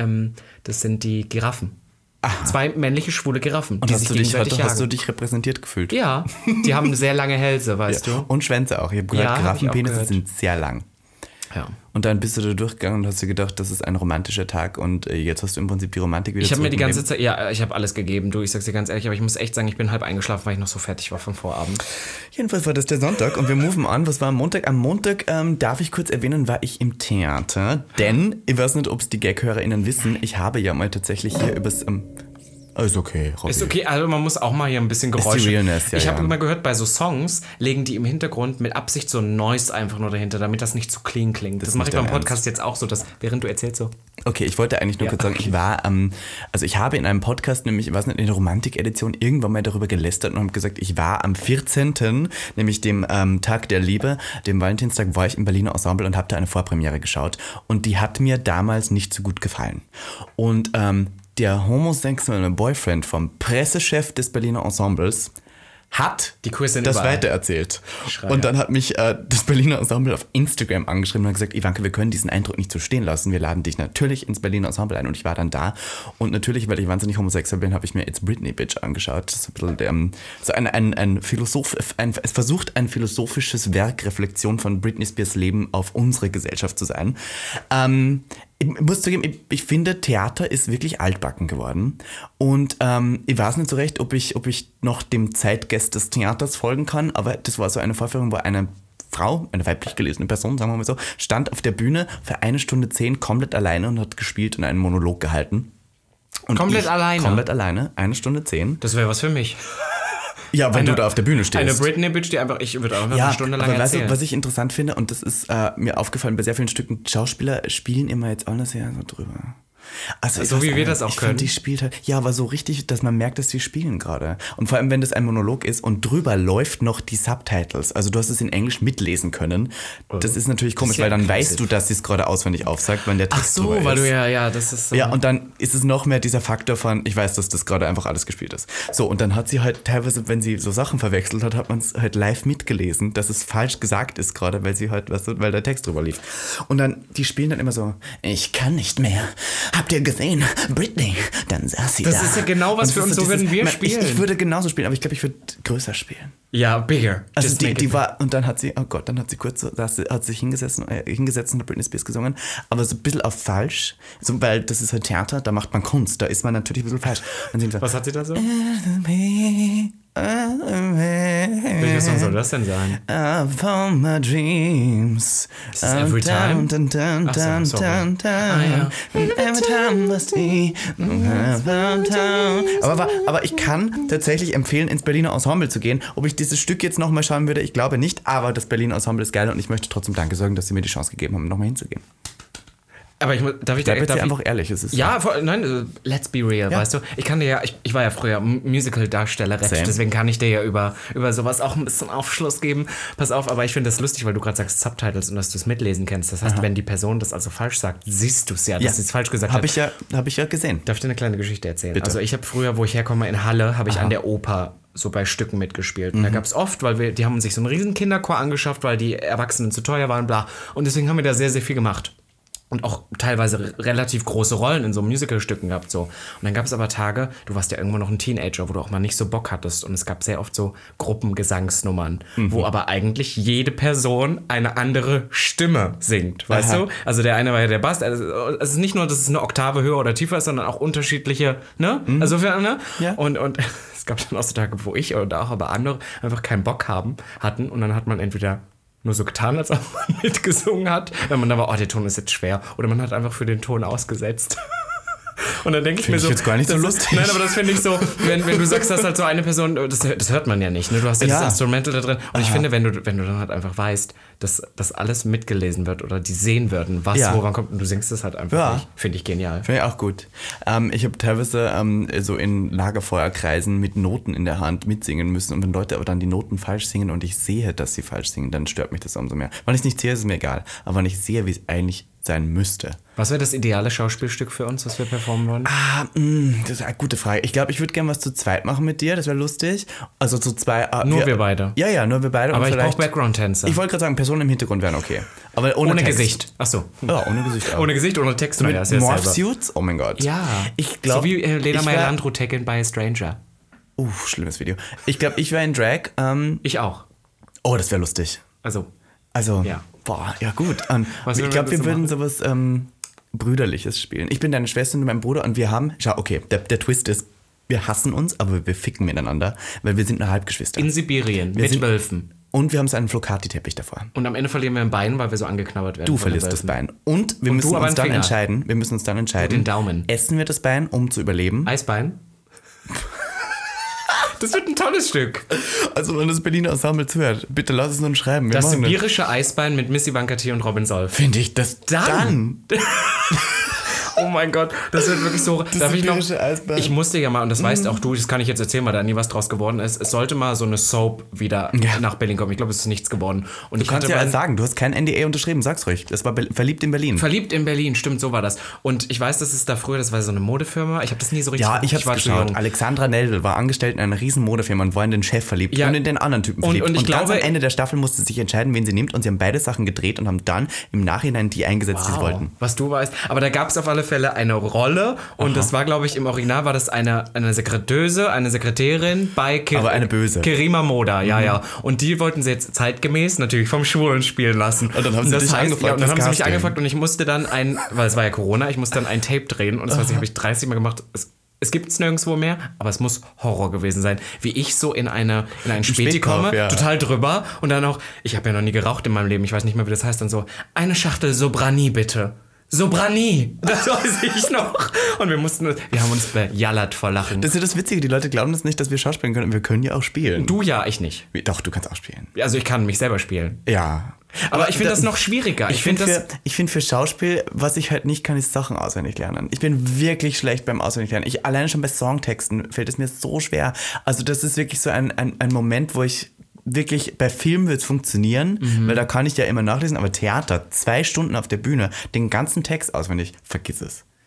Giraffen. Aha. 2 männliche, schwule Giraffen, und die sich gegenseitig jagen. Hast du dich repräsentiert gefühlt? Ja, die haben sehr lange Hälse, weißt du. Und Schwänze auch. Ich habe gehört, Giraffenpenisse sind sehr lang. Ja. Und dann bist du da durchgegangen und hast dir gedacht, das ist ein romantischer Tag und jetzt hast du im Prinzip die Romantik wieder. Ich habe mir die ganze Zeit, ich habe alles gegeben, ich sag's dir ganz ehrlich, aber ich muss echt sagen, ich bin halb eingeschlafen, weil ich noch so fertig war vom Vorabend. Jedenfalls war das der Sonntag und wir moven an. Was war am Montag? Am Montag, darf ich kurz erwähnen, war ich im Theater, denn, ich weiß nicht, ob es die Gag-HörerInnen wissen, ich habe ja mal tatsächlich hier übers... Ist okay, Robby. Ist okay, also man muss auch mal hier ein bisschen Geräusche. Ist die Realness, ja, ich habe immer gehört, bei so Songs legen die im Hintergrund mit Absicht so ein Noise einfach nur dahinter, damit das nicht zu clean klingt. Das mache ich beim Podcast jetzt auch so, dass während du erzählst so. Okay, ich wollte eigentlich nur kurz sagen, ich war, ich habe in einem Podcast, nämlich, ich weiß nicht, in der Romantik-Edition irgendwann mal darüber gelästert und habe gesagt, ich war am 14., nämlich dem Tag der Liebe, dem Valentinstag, war ich im Berliner Ensemble und habe da eine Vorpremiere geschaut und die hat mir damals nicht so gut gefallen. Und der homosexuelle Boyfriend vom Pressechef des Berliner Ensembles hat das weitererzählt. Und dann hat mich das Berliner Ensemble auf Instagram angeschrieben und hat gesagt, Ivanka, wir können diesen Eindruck nicht so stehen lassen. Wir laden dich natürlich ins Berliner Ensemble ein. Und ich war dann da. Und natürlich, weil ich wahnsinnig homosexuell bin, habe ich mir It's Britney Bitch angeschaut. Das ist ein bisschen es versucht, ein philosophisches Werk, Reflexion von Britney Spears Leben auf unsere Gesellschaft zu sein. Ich muss zugeben, ich finde, Theater ist wirklich altbacken geworden. Und ich weiß nicht so recht, ob ich noch dem Zeitgeist des Theaters folgen kann, aber das war so eine Vorführung, wo eine Frau, eine weiblich gelesene Person, sagen wir mal so, stand auf der Bühne für 1 Stunde 10 komplett alleine und hat gespielt und einen Monolog gehalten. Und komplett alleine? 1 Stunde 10. Das wäre was für mich. Ja, wenn du da auf der Bühne stehst. Eine Britney-Bitch, ich würde auch eine Stunde lang erzählen. Weißt du, was ich interessant finde, und das ist mir aufgefallen bei sehr vielen Stücken, Schauspieler spielen immer jetzt alles sehr so drüber. Also so wie wir das auch können. Die spielt halt, ja, aber so richtig, dass man merkt, dass sie spielen gerade. Und vor allem, wenn das ein Monolog ist und drüber läuft noch die Subtitles. Also du hast es in Englisch mitlesen können. Das ist natürlich komisch, weil dann weißt du, dass sie es gerade auswendig aufsagt, wenn der Text drüber ist. Ach so, weil du das ist so. Ja, und dann ist es noch mehr dieser Faktor von, ich weiß, dass das gerade einfach alles gespielt ist. So, und dann hat sie halt teilweise, wenn sie so Sachen verwechselt hat man es halt live mitgelesen, dass es falsch gesagt ist gerade, weil sie halt, weißt du, weil der Text drüber lief. Und dann, die spielen dann immer so, ich kann nicht mehr. habt ihr gesehen? Britney, dann saß sie da. Das ist ja genau was Und für das uns, ist so würden wir spielen. Ich würde genauso spielen, aber ich glaube, ich würde größer spielen. Ja, bigger. Also Just die make it war, und dann hat sie kurz so, hat sich hingesetzt und hat Britney Spears gesungen, aber so ein bisschen auf falsch, so, weil das ist halt Theater, da macht man Kunst, da ist man natürlich ein bisschen falsch. Dann singt sie so, Was hat sie da so? Welcher Song soll das denn sein? Upon my dreams. Ist das Every Time? Ach so, sorry. Ja. Every time I see. Aber ich kann tatsächlich empfehlen, ins Berliner Ensemble zu gehen. Ob ich dieses Stück jetzt nochmal schauen würde, ich glaube nicht. Aber das Berliner Ensemble ist geil und ich möchte trotzdem Danke sagen, dass sie mir die Chance gegeben haben, nochmal hinzugehen. Aber darf ich einfach ehrlich. Es ist ja, let's be real, Ja. weißt du? Ich war ja früher Musical-Darstellerin, deswegen kann ich dir ja über sowas auch ein bisschen Aufschluss geben. Pass auf, aber ich finde das lustig, weil du gerade sagst Subtitles und dass du es mitlesen kennst. Das heißt, wenn die Person das also falsch sagt, siehst du es ja, dass sie es falsch gesagt hat. Habe ich ja gesehen. Darf ich dir eine kleine Geschichte erzählen? Bitte. Also ich habe früher, wo ich herkomme, in Halle, habe ich an der Oper so bei Stücken mitgespielt. Und da gab es oft, weil die haben sich so einen riesen Kinderchor angeschafft, weil die Erwachsenen zu teuer waren, bla. Und deswegen haben wir da sehr, sehr viel gemacht. Und auch teilweise relativ große Rollen in so Musical-Stücken gehabt. So. Und dann gab es aber Tage, du warst ja irgendwo noch ein Teenager, wo du auch mal nicht so Bock hattest. Und es gab sehr oft so Gruppengesangsnummern, wo aber eigentlich jede Person eine andere Stimme singt, weißt du? Also der eine war ja der Bass. Also es ist nicht nur, dass es eine Oktave höher oder tiefer ist, sondern auch unterschiedliche, ne? Also für, ne? Ja. Und es gab dann auch so Tage, wo ich oder auch aber andere einfach keinen Bock hatten. Und dann hat man entweder nur so getan, als ob man mitgesungen hat, wenn man da war, der Ton ist jetzt schwer. Oder man hat einfach für den Ton ausgesetzt. Und dann denke ich mir so, jetzt gar nicht so lustig. Nein, aber das finde ich so, wenn du sagst, dass halt so eine Person, das hört man ja nicht, ne? Du hast ja das Instrumental da drin. Und ich finde, wenn du dann halt einfach weißt, dass das alles mitgelesen wird oder die sehen würden, was woran kommt und du singst es halt einfach nicht, finde ich genial. Finde ich auch gut. Ich habe teilweise so in Lagerfeuerkreisen mit Noten in der Hand mitsingen müssen und wenn Leute aber dann die Noten falsch singen und ich sehe, dass sie falsch singen, dann stört mich das umso mehr. Wenn ich es nicht sehe, ist es mir egal. Aber wenn ich sehe, wie es eigentlich sein müsste. Was wäre das ideale Schauspielstück für uns, was wir performen wollen? Das ist eine gute Frage. Ich glaube, ich würde gerne was zu zweit machen mit dir, das wäre lustig. Also zu zwei... Nur wir beide? Ja, nur wir beide. Aber ich brauche Background-Tänzer. Ich wollte gerade sagen, Personen im Hintergrund wären okay. Aber ohne Gesicht. Achso. Ja, ohne Gesicht auch. Ohne Gesicht, ohne Text. Mit Morph-Suits? Oh mein Gott. Ja. Ich glaub, so wie Lena Meyer-Landrut Taken by a Stranger. Schlimmes Video. Ich glaube, ich wäre in Drag. Ich auch. Oh, das wäre lustig. Also, ja. Boah, ja gut. Ich glaube, wir würden sowas Brüderliches spielen. Ich bin deine Schwester und mein Bruder und wir haben, der Twist ist, wir hassen uns, aber wir ficken miteinander, weil wir sind nur Halbgeschwister. In Sibirien, mit Wölfen. Und wir haben so einen Flocati-Teppich davor. Und am Ende verlieren wir ein Bein, weil wir so angeknabbert werden. Du verlierst das Bein. Und wir müssen uns dann entscheiden. Den Daumen. Essen wir das Bein, um zu überleben? Eisbein? Das wird ein tolles Stück. Also, wenn das Berliner Ensemble zuhört, bitte lass es uns schreiben. Das sibirische Eisbein mit Miss Ivanka T. und Robin Solf. Finde ich das dann. Oh mein Gott, das wird wirklich so. Das sibirische Eisbein. Ich musste ja mal, und das weißt auch du, das kann ich jetzt erzählen, weil da nie was draus geworden ist. Es sollte mal so eine Soap wieder nach Berlin kommen. Ich glaube, es ist nichts geworden. Und du kannst ja sagen, du hast kein NDA unterschrieben, sag's ruhig. Das war Verliebt in Berlin. Verliebt in Berlin, stimmt, so war das. Und ich weiß, dass es da früher, das war so eine Modefirma. Ich habe das nie so richtig ich hab's geschaut. Alexandra Neldl war angestellt in einer riesen Modefirma und war in den Chef verliebt und in den anderen Typen verliebt. Und ganz am Ende der Staffel musste sie sich entscheiden, wen sie nimmt. Und sie haben beide Sachen gedreht und haben dann im Nachhinein die eingesetzt, die sie wollten. Was du weißt. Aber da gab es auf alle Fälle eine Rolle und das war, glaube ich, im Original war das eine Sekretärin bei aber eine böse. Kerima Moda, ja. Und die wollten sie jetzt zeitgemäß natürlich vom Schwulen spielen lassen. Und dann haben sie dich angefragt. Ja, und dann haben sie mich angefragt und ich musste dann weil es war ja Corona, ich musste dann ein Tape drehen und das weiß ich, habe ich 30 Mal gemacht. Es gibt es nirgendwo mehr, aber es muss Horror gewesen sein. Wie ich so in einen Späti komme, total drüber und dann auch, ich habe ja noch nie geraucht in meinem Leben, ich weiß nicht mehr, wie das heißt, dann so, eine Schachtel Sobrani bitte. Sobrani, das weiß ich noch. Und wir haben uns bejallert vor Lachen. Das ist ja das Witzige, die Leute glauben das nicht, dass wir schauspielen können. Wir können ja auch spielen. Du ja, ich nicht. Doch, du kannst auch spielen. Also ich kann mich selber spielen. Ja. Aber ich finde das noch schwieriger. Ich finde für Schauspiel, was ich halt nicht kann, ist Sachen auswendig lernen. Ich bin wirklich schlecht beim Auswendiglernen. Alleine schon bei Songtexten fällt es mir so schwer. Also das ist wirklich so ein Moment, wo ich wirklich, bei Film wird es funktionieren, weil da kann ich ja immer nachlesen, aber Theater, 2 Stunden auf der Bühne, den ganzen Text auswendig, vergiss es.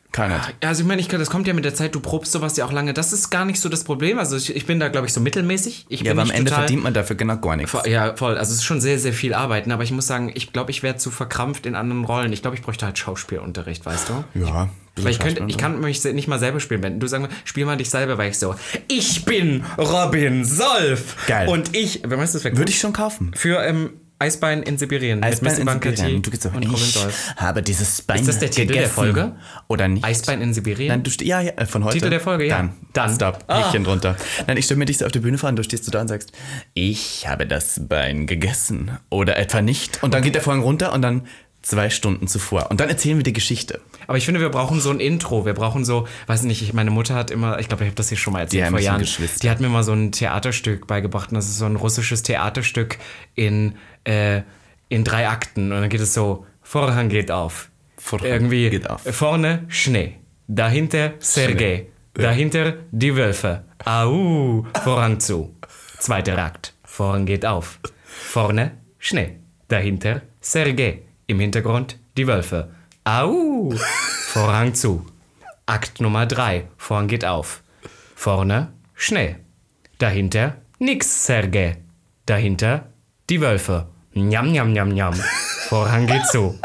Kann nicht. Also ich meine, das kommt ja mit der Zeit, du probst sowas ja auch lange. Das ist gar nicht so das Problem. Also ich bin da, glaube ich, so mittelmäßig. Aber am Ende verdient man dafür genau gar nichts. Ja, voll. Also es ist schon sehr, sehr viel Arbeiten. Aber ich muss sagen, ich glaube, ich wäre zu verkrampft in anderen Rollen. Ich glaube, ich bräuchte halt Schauspielunterricht, weißt du? Ja. Weil ich kann mich nicht mal selber spielen. Wenn du sagst, spiel mal dich selber, weil ich so, ich bin Robin Solf. Geil. Und wer meinst du, das wäre Würde ich schon kaufen. Für Eisbein in Sibirien. Eisbein mit in Sibirien. Du und so, Robin ich Solf. habe dieses Bein Ist das der Titel der Folge? Oder nicht? Eisbein in Sibirien? Nein, ja, von heute. Titel der Folge, ja. Dann. Stop. Häkchen drunter. Nein, ich stelle mir dich so auf die Bühne vor und du stehst so da und sagst, ich habe das Bein gegessen. Oder etwa nicht. Und dann geht der Vorhang runter und dann 2 Stunden zuvor. Und dann erzählen wir die Geschichte. Aber ich finde, wir brauchen so ein Intro. Wir brauchen so, weiß nicht, meine Mutter hat immer, ich glaube, ich habe das hier schon mal erzählt vor Jahren. Die hat mir mal so ein Theaterstück beigebracht. Und das ist so ein russisches Theaterstück in 3 Akten. Und dann geht es so, Vorhang geht auf. Irgendwie geht auf. Vorne Schnee. Dahinter Sergei. Dahinter die Wölfe. Au, Vorhang zu. 2. Akt. Vorhang geht auf. Vorne Schnee. Dahinter Sergei. Im Hintergrund die Wölfe. Au! Vorhang zu. Akt Nummer 3. Vorhang geht auf. Vorne Schnee. Dahinter nix, Sergei. Dahinter die Wölfe. Njam, njam, njam, njam. Vorhang geht zu.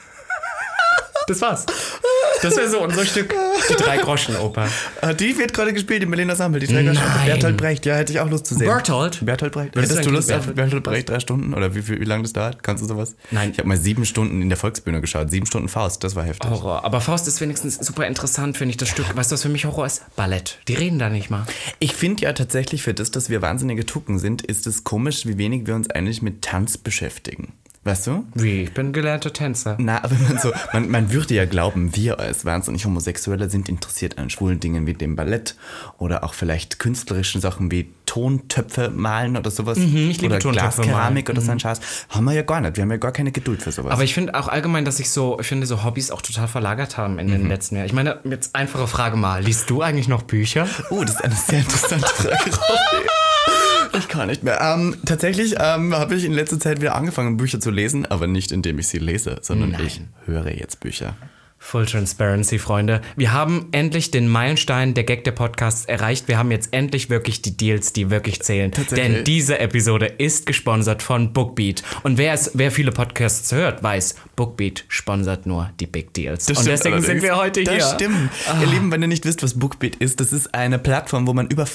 Das war's. Das wäre so unser Stück, die 3-Groschen-Oper. Die wird gerade gespielt in Berliner Ensemble, die 3-Groschen-Oper. Bertolt Brecht, ja, hätte ich auch Lust zu sehen. Bertolt Brecht. Hättest du Lust auf Bertolt Brecht 3 Stunden? Oder wie lange das dauert? Kannst du sowas? Nein. Ich habe mal 7 Stunden in der Volksbühne geschaut. 7 Stunden Faust, das war heftig. Horror. Aber Faust ist wenigstens super interessant, finde ich, das Stück. Weißt du, was für mich Horror ist? Ballett. Die reden da nicht mal. Ich finde ja tatsächlich für das, dass wir wahnsinnige Tucken sind, ist es komisch, wie wenig wir uns eigentlich mit Tanz beschäftigen. Weißt du? Wie? Ich bin gelernter Tänzer. Na, aber man würde ja glauben, wir als wahnsinnig Homosexuelle sind interessiert an schwulen Dingen wie dem Ballett oder auch vielleicht künstlerischen Sachen wie Tontöpfe malen oder sowas. Ich liebe oder Tontöpfe Glaskeramik oder so ein Scheiß. Haben wir ja gar nicht. Wir haben ja gar keine Geduld für sowas. Aber ich finde auch allgemein, dass ich finde, so Hobbys auch total verlagert haben in den letzten Jahren. Ich meine, jetzt einfache Frage mal. Liest du eigentlich noch Bücher? Das ist eine sehr interessante Frage, Robby. Ich kann nicht mehr. Tatsächlich habe ich in letzter Zeit wieder angefangen, Bücher zu lesen, aber nicht indem ich sie lese, sondern ich höre jetzt Bücher. Full Transparency, Freunde. Wir haben endlich den Meilenstein der Gag der Podcasts erreicht. Wir haben jetzt endlich wirklich die Deals, die wirklich zählen. Denn diese Episode ist gesponsert von Bookbeat. Und wer das Podcasts hört, weiß, Bookbeat sponsert nur die Big Deals. Und deswegen sind wir heute hier. Das stimmt. Ihr Lieben, wenn ihr nicht wisst, was Bookbeat ist, das ist eine Plattform, wo man über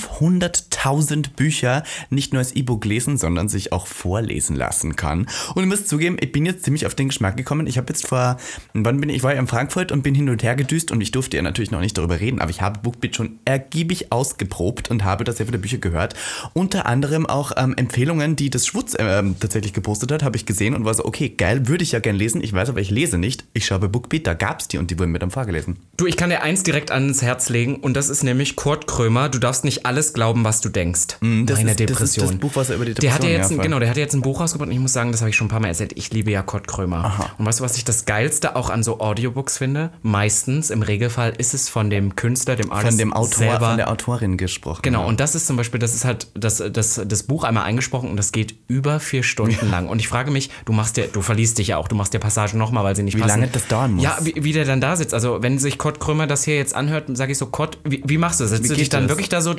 500.000 Bücher nicht nur als E-Book lesen, sondern sich auch vorlesen lassen kann. Und ich muss zugeben, ich bin jetzt ziemlich auf den Geschmack gekommen. Ich habe jetzt ich war ja in Frankfurt und bin hin und her gedüst und ich durfte ja natürlich noch nicht darüber reden, aber ich habe Bookbeat schon ergiebig ausgeprobt und habe da sehr viele Bücher gehört. Unter anderem auch Empfehlungen, die das Schwutz tatsächlich gepostet hat, habe ich gesehen und war so, okay, geil, würde ich ja gern lesen. Ich weiß aber, ich lese nicht. Ich schaue bei Bookbeat, da gab es die und die wurden mir dann vorgelesen. Du, ich kann dir eins direkt ans Herz legen und das ist nämlich Kurt Krömer. Du darfst nicht alles glauben, was du denkst. Das ist Depression. Das Buch, was er über die Depression der hat ja jetzt ein Buch rausgebracht und ich muss sagen, das habe ich schon ein paar Mal erzählt. Ich liebe ja Kurt Krömer. Aha. Und weißt du, was ich das Geilste auch an so Audiobooks finde? Meistens, im Regelfall, ist es von dem Künstler, dem Artist von dem Autor, selber. Von der Autorin gesprochen. Genau, und das ist zum Beispiel, das ist halt das Buch einmal eingesprochen und das geht über 4 Stunden lang. Und ich frage mich, du verliest dich ja auch, du machst dir Passagen nochmal, weil sie nicht passen. Wie lange das dauern muss. Ja, wie der dann da sitzt. Also wenn sich Kurt Krömer das hier jetzt anhört, sage ich so, Kurt, wie machst du das? Setzt du dich dann wirklich da so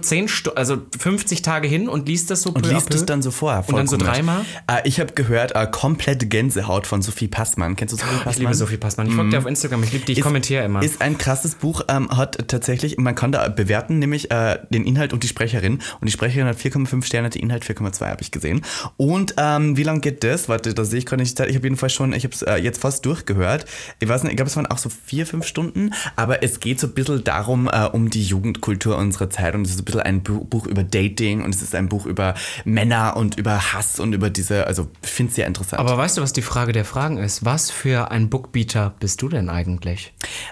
50 Tage hin und liest das so und liest es dann so vor. Und dann so 3-mal? Ich habe gehört, komplett Gänsehaut von Sophie Passmann. Kennst du Sophie Passmann? Ich liebe Sophie Passmann. Ich folge dir auf Instagram, ich liebe die, ich kommentiere immer. Ist ein krasses Buch, hat tatsächlich, man kann da bewerten, nämlich den Inhalt und die Sprecherin. Und die Sprecherin hat 4,5 Sterne, der Inhalt 4,2 habe ich gesehen. Und wie lange geht das? Warte, da sehe ich gerade nicht die Zeit. Ich habe jedenfalls schon, ich habe es jetzt fast durchgehört. Ich weiß nicht, ich glaube, es waren auch so 4-5 Stunden. Aber es geht so ein bisschen darum, um die Jugendkultur unserer Zeit. Und es ist ein bisschen ein Buch über Dating und es ist ein Buch über Männer und über Hass und über also ich finde es sehr interessant. Aber weißt du, was die Frage der Fragen ist? Was für ein Bookbeater bist du denn eigentlich?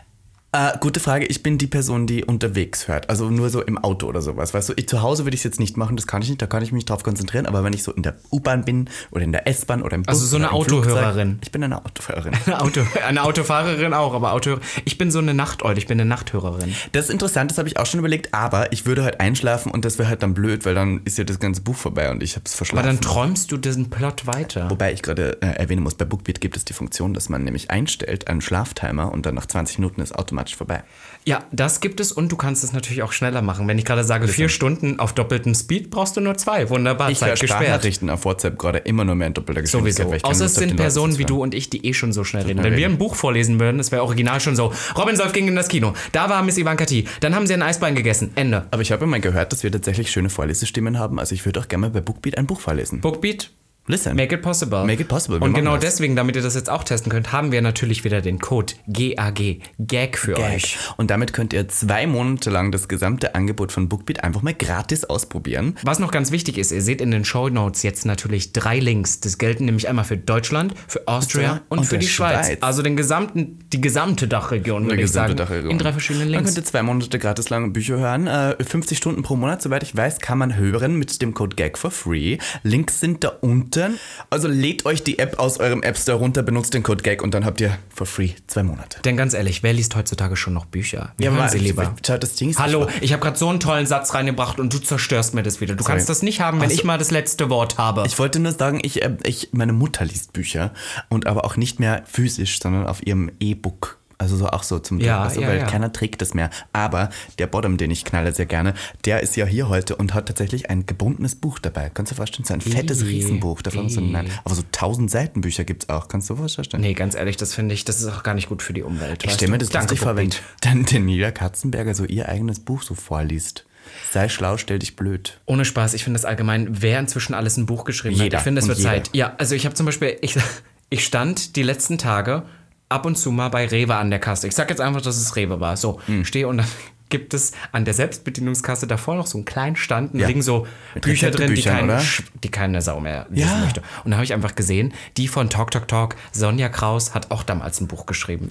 Gute Frage. Ich bin die Person, die unterwegs hört. Also nur so im Auto oder sowas. Weißt du, zu Hause würde ich es jetzt nicht machen, das kann ich nicht, da kann ich mich drauf konzentrieren. Aber wenn ich so in der U-Bahn bin oder in der S-Bahn oder im Bus. Also so eine Autohörerin. Ich bin eine Autohörerin. Eine Autofahrerin auch, aber Autohörerin. Ich bin so eine Nachteule, ich bin eine Nachthörerin. Das ist interessant, das habe ich auch schon überlegt, aber ich würde halt einschlafen und das wäre halt dann blöd, weil dann ist ja das ganze Buch vorbei und ich habe es verschlafen. Aber dann träumst du diesen Plot weiter. Wobei ich gerade erwähnen muss, bei Bookbeat gibt es die Funktion, dass man nämlich einstellt, einen Schlaftimer und dann nach 20 Minuten ist automatisch automatisch vorbei. Ja, das gibt es und du kannst es natürlich auch schneller machen. Wenn ich gerade sage, 4 Stunden auf doppeltem Speed, brauchst du nur 2. Wunderbar, Ich höre Zeit gesperrt. Sprachnachrichten auf WhatsApp gerade immer nur mehr in doppelter Geschwindigkeit. Sowieso. weil ich keine Außer Lust es hab, sind den Leuten Personen wie zuzuhören. du und ich, die schon so schnell reden. schnell Wenn wir reden. ein Buch vorlesen würden, das wäre original schon so. Robin Solf ging in das Kino. Da war Miss Ivanka T. Dann haben sie ein Eisbein gegessen. Ende. Aber ich habe mal gehört, dass wir tatsächlich schöne Vorlesestimmen haben. Also ich würde auch gerne mal bei Bookbeat ein Buch vorlesen. Bookbeat, Listen. make it possible. Make it possible. Wir Und machen genau das. deswegen, damit ihr das jetzt auch testen könnt, haben wir natürlich wieder den Code GAG, Gag für euch. Und damit könnt ihr 2 Monate lang das gesamte Angebot von Bookbeat einfach mal gratis ausprobieren. Was noch ganz wichtig ist, ihr seht in den Shownotes jetzt natürlich 3 Links. Das gelten nämlich einmal für Deutschland, für Austria und für der die Schweiz. Schweiz. Also die gesamte Dachregion, würde ich sagen. In 3 verschiedenen Man Links. könnte 2 Monate gratis lang Bücher hören. 50 Stunden pro Monat, soweit ich weiß, kann man hören mit dem Code GAG for free. Links sind da unten. Also lädt euch die App aus eurem App Store runter, benutzt den Code GAG und dann habt ihr for free 2 Monate. Denn ganz ehrlich, wer liest heutzutage schon noch Bücher? Wir hören sie lieber. Das Ding ist Hallo, ich habe gerade so einen tollen Satz reingebracht und du zerstörst mir das wieder. Du kannst das nicht haben, wenn ich mal das letzte Wort habe. Ich wollte nur sagen, meine Mutter liest Bücher und aber auch nicht mehr physisch, sondern auf ihrem E-Book. Also so auch so zum Ja, Druck, ja, weil keiner trägt das mehr. Aber der Bottom, den ich knalle sehr gerne, der ist ja hier heute und hat tatsächlich ein gebundenes Buch dabei. Kannst du dir vorstellen, so ein fettes Riesenbuch. Davon aber so 1000 Seiten Bücher gibt es auch. Kannst du dir vorstellen? Nee, ganz ehrlich, das finde ich, das ist auch gar nicht gut für die Umwelt. Ich stelle mir das lustig vor, wenn Bookbeat. dann Daniela Katzenberger so ihr eigenes Buch so vorliest. Sei schlau, stell dich blöd. Ohne Spaß, ich finde das allgemein, wer inzwischen alles ein Buch geschrieben Jeder hat. Ich finde, es und wird jeder. Zeit. Ja, also ich habe zum Beispiel, ich stand die letzten Tage ab und zu mal bei Rewe an der Kasse. Ich sag jetzt einfach, dass es Rewe war. So, stehe und dann gibt es an der Selbstbedienungskasse davor noch so einen kleinen Stand, da liegen so Mit Bücher drin, Rezeptebüchern, die keine Sau mehr lesen Ja. möchte. Und da habe ich einfach gesehen, die von Talk Talk Talk, Sonja Kraus, hat auch damals ein Buch geschrieben.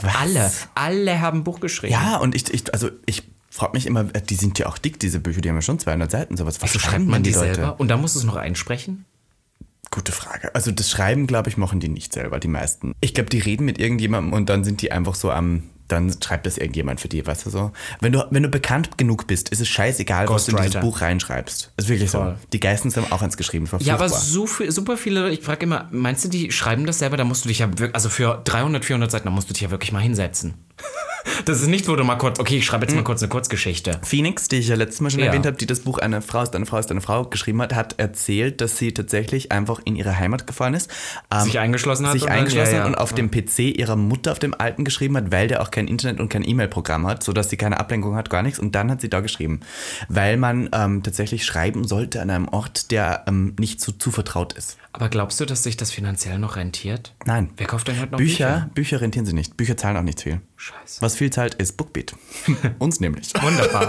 Alle haben ein Buch geschrieben. Ja, und ich frage mich immer, die sind ja auch dick, diese Bücher, die haben ja schon 200 Seiten. Sowas. Was So schreibt man die selber? Und da musst du es noch einsprechen? Gute Frage. Also das Schreiben, glaube ich, machen die nicht selber, die meisten. Ich glaube, die reden mit irgendjemandem und dann sind die einfach so dann schreibt das irgendjemand für die, weißt du so. Wenn du bekannt genug bist, ist es scheißegal, was du in dieses Ghostwriter. Buch reinschreibst. Das ist wirklich Voll. so. Die Geistens haben auch eins geschrieben. Ja, aber super viele, ich frage immer, meinst du, die schreiben das selber? Da musst du dich ja wirklich, also für 300, 400 Seiten, da musst du dich ja wirklich mal hinsetzen. Das ist nicht, wo du mal kurz, okay, ich schreibe jetzt mal kurz eine Kurzgeschichte. Phoenix, die ich ja letztes Mal schon Ja. erwähnt habe, die das Buch Eine Frau ist eine Frau ist eine Frau geschrieben hat erzählt, dass sie tatsächlich einfach in ihre Heimat gefahren ist. Sich eingeschlossen hat Sich und dann- eingeschlossen ja, ja. und auf dem PC ihrer Mutter auf dem alten geschrieben hat, weil der auch kein Internet und kein E-Mail-Programm hat, sodass sie keine Ablenkung hat, gar nichts. Und dann hat sie da geschrieben. Weil man tatsächlich schreiben sollte an einem Ort, der nicht so vertraut ist. Aber glaubst du, dass sich das finanziell noch rentiert? Nein. Wer kauft denn heute noch Bücher rentieren sie nicht. Bücher zahlen auch nicht viel. Scheiße. Was viel zahlt, ist Bookbeat. Uns nämlich. Wunderbar.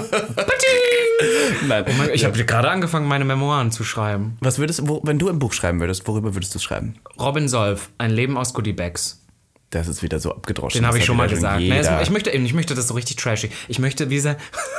Nein. Oh mein Gott, ich habe gerade angefangen, meine Memoiren zu schreiben. Was wenn du ein Buch schreiben würdest, worüber würdest du schreiben? Robin Solf, ein Leben aus Goodiebags. Das ist wieder so abgedroschen. Den habe Das ich hat schon mal wieder gesagt. Nee, jeder. ich möchte das so richtig trashig. Ich möchte diese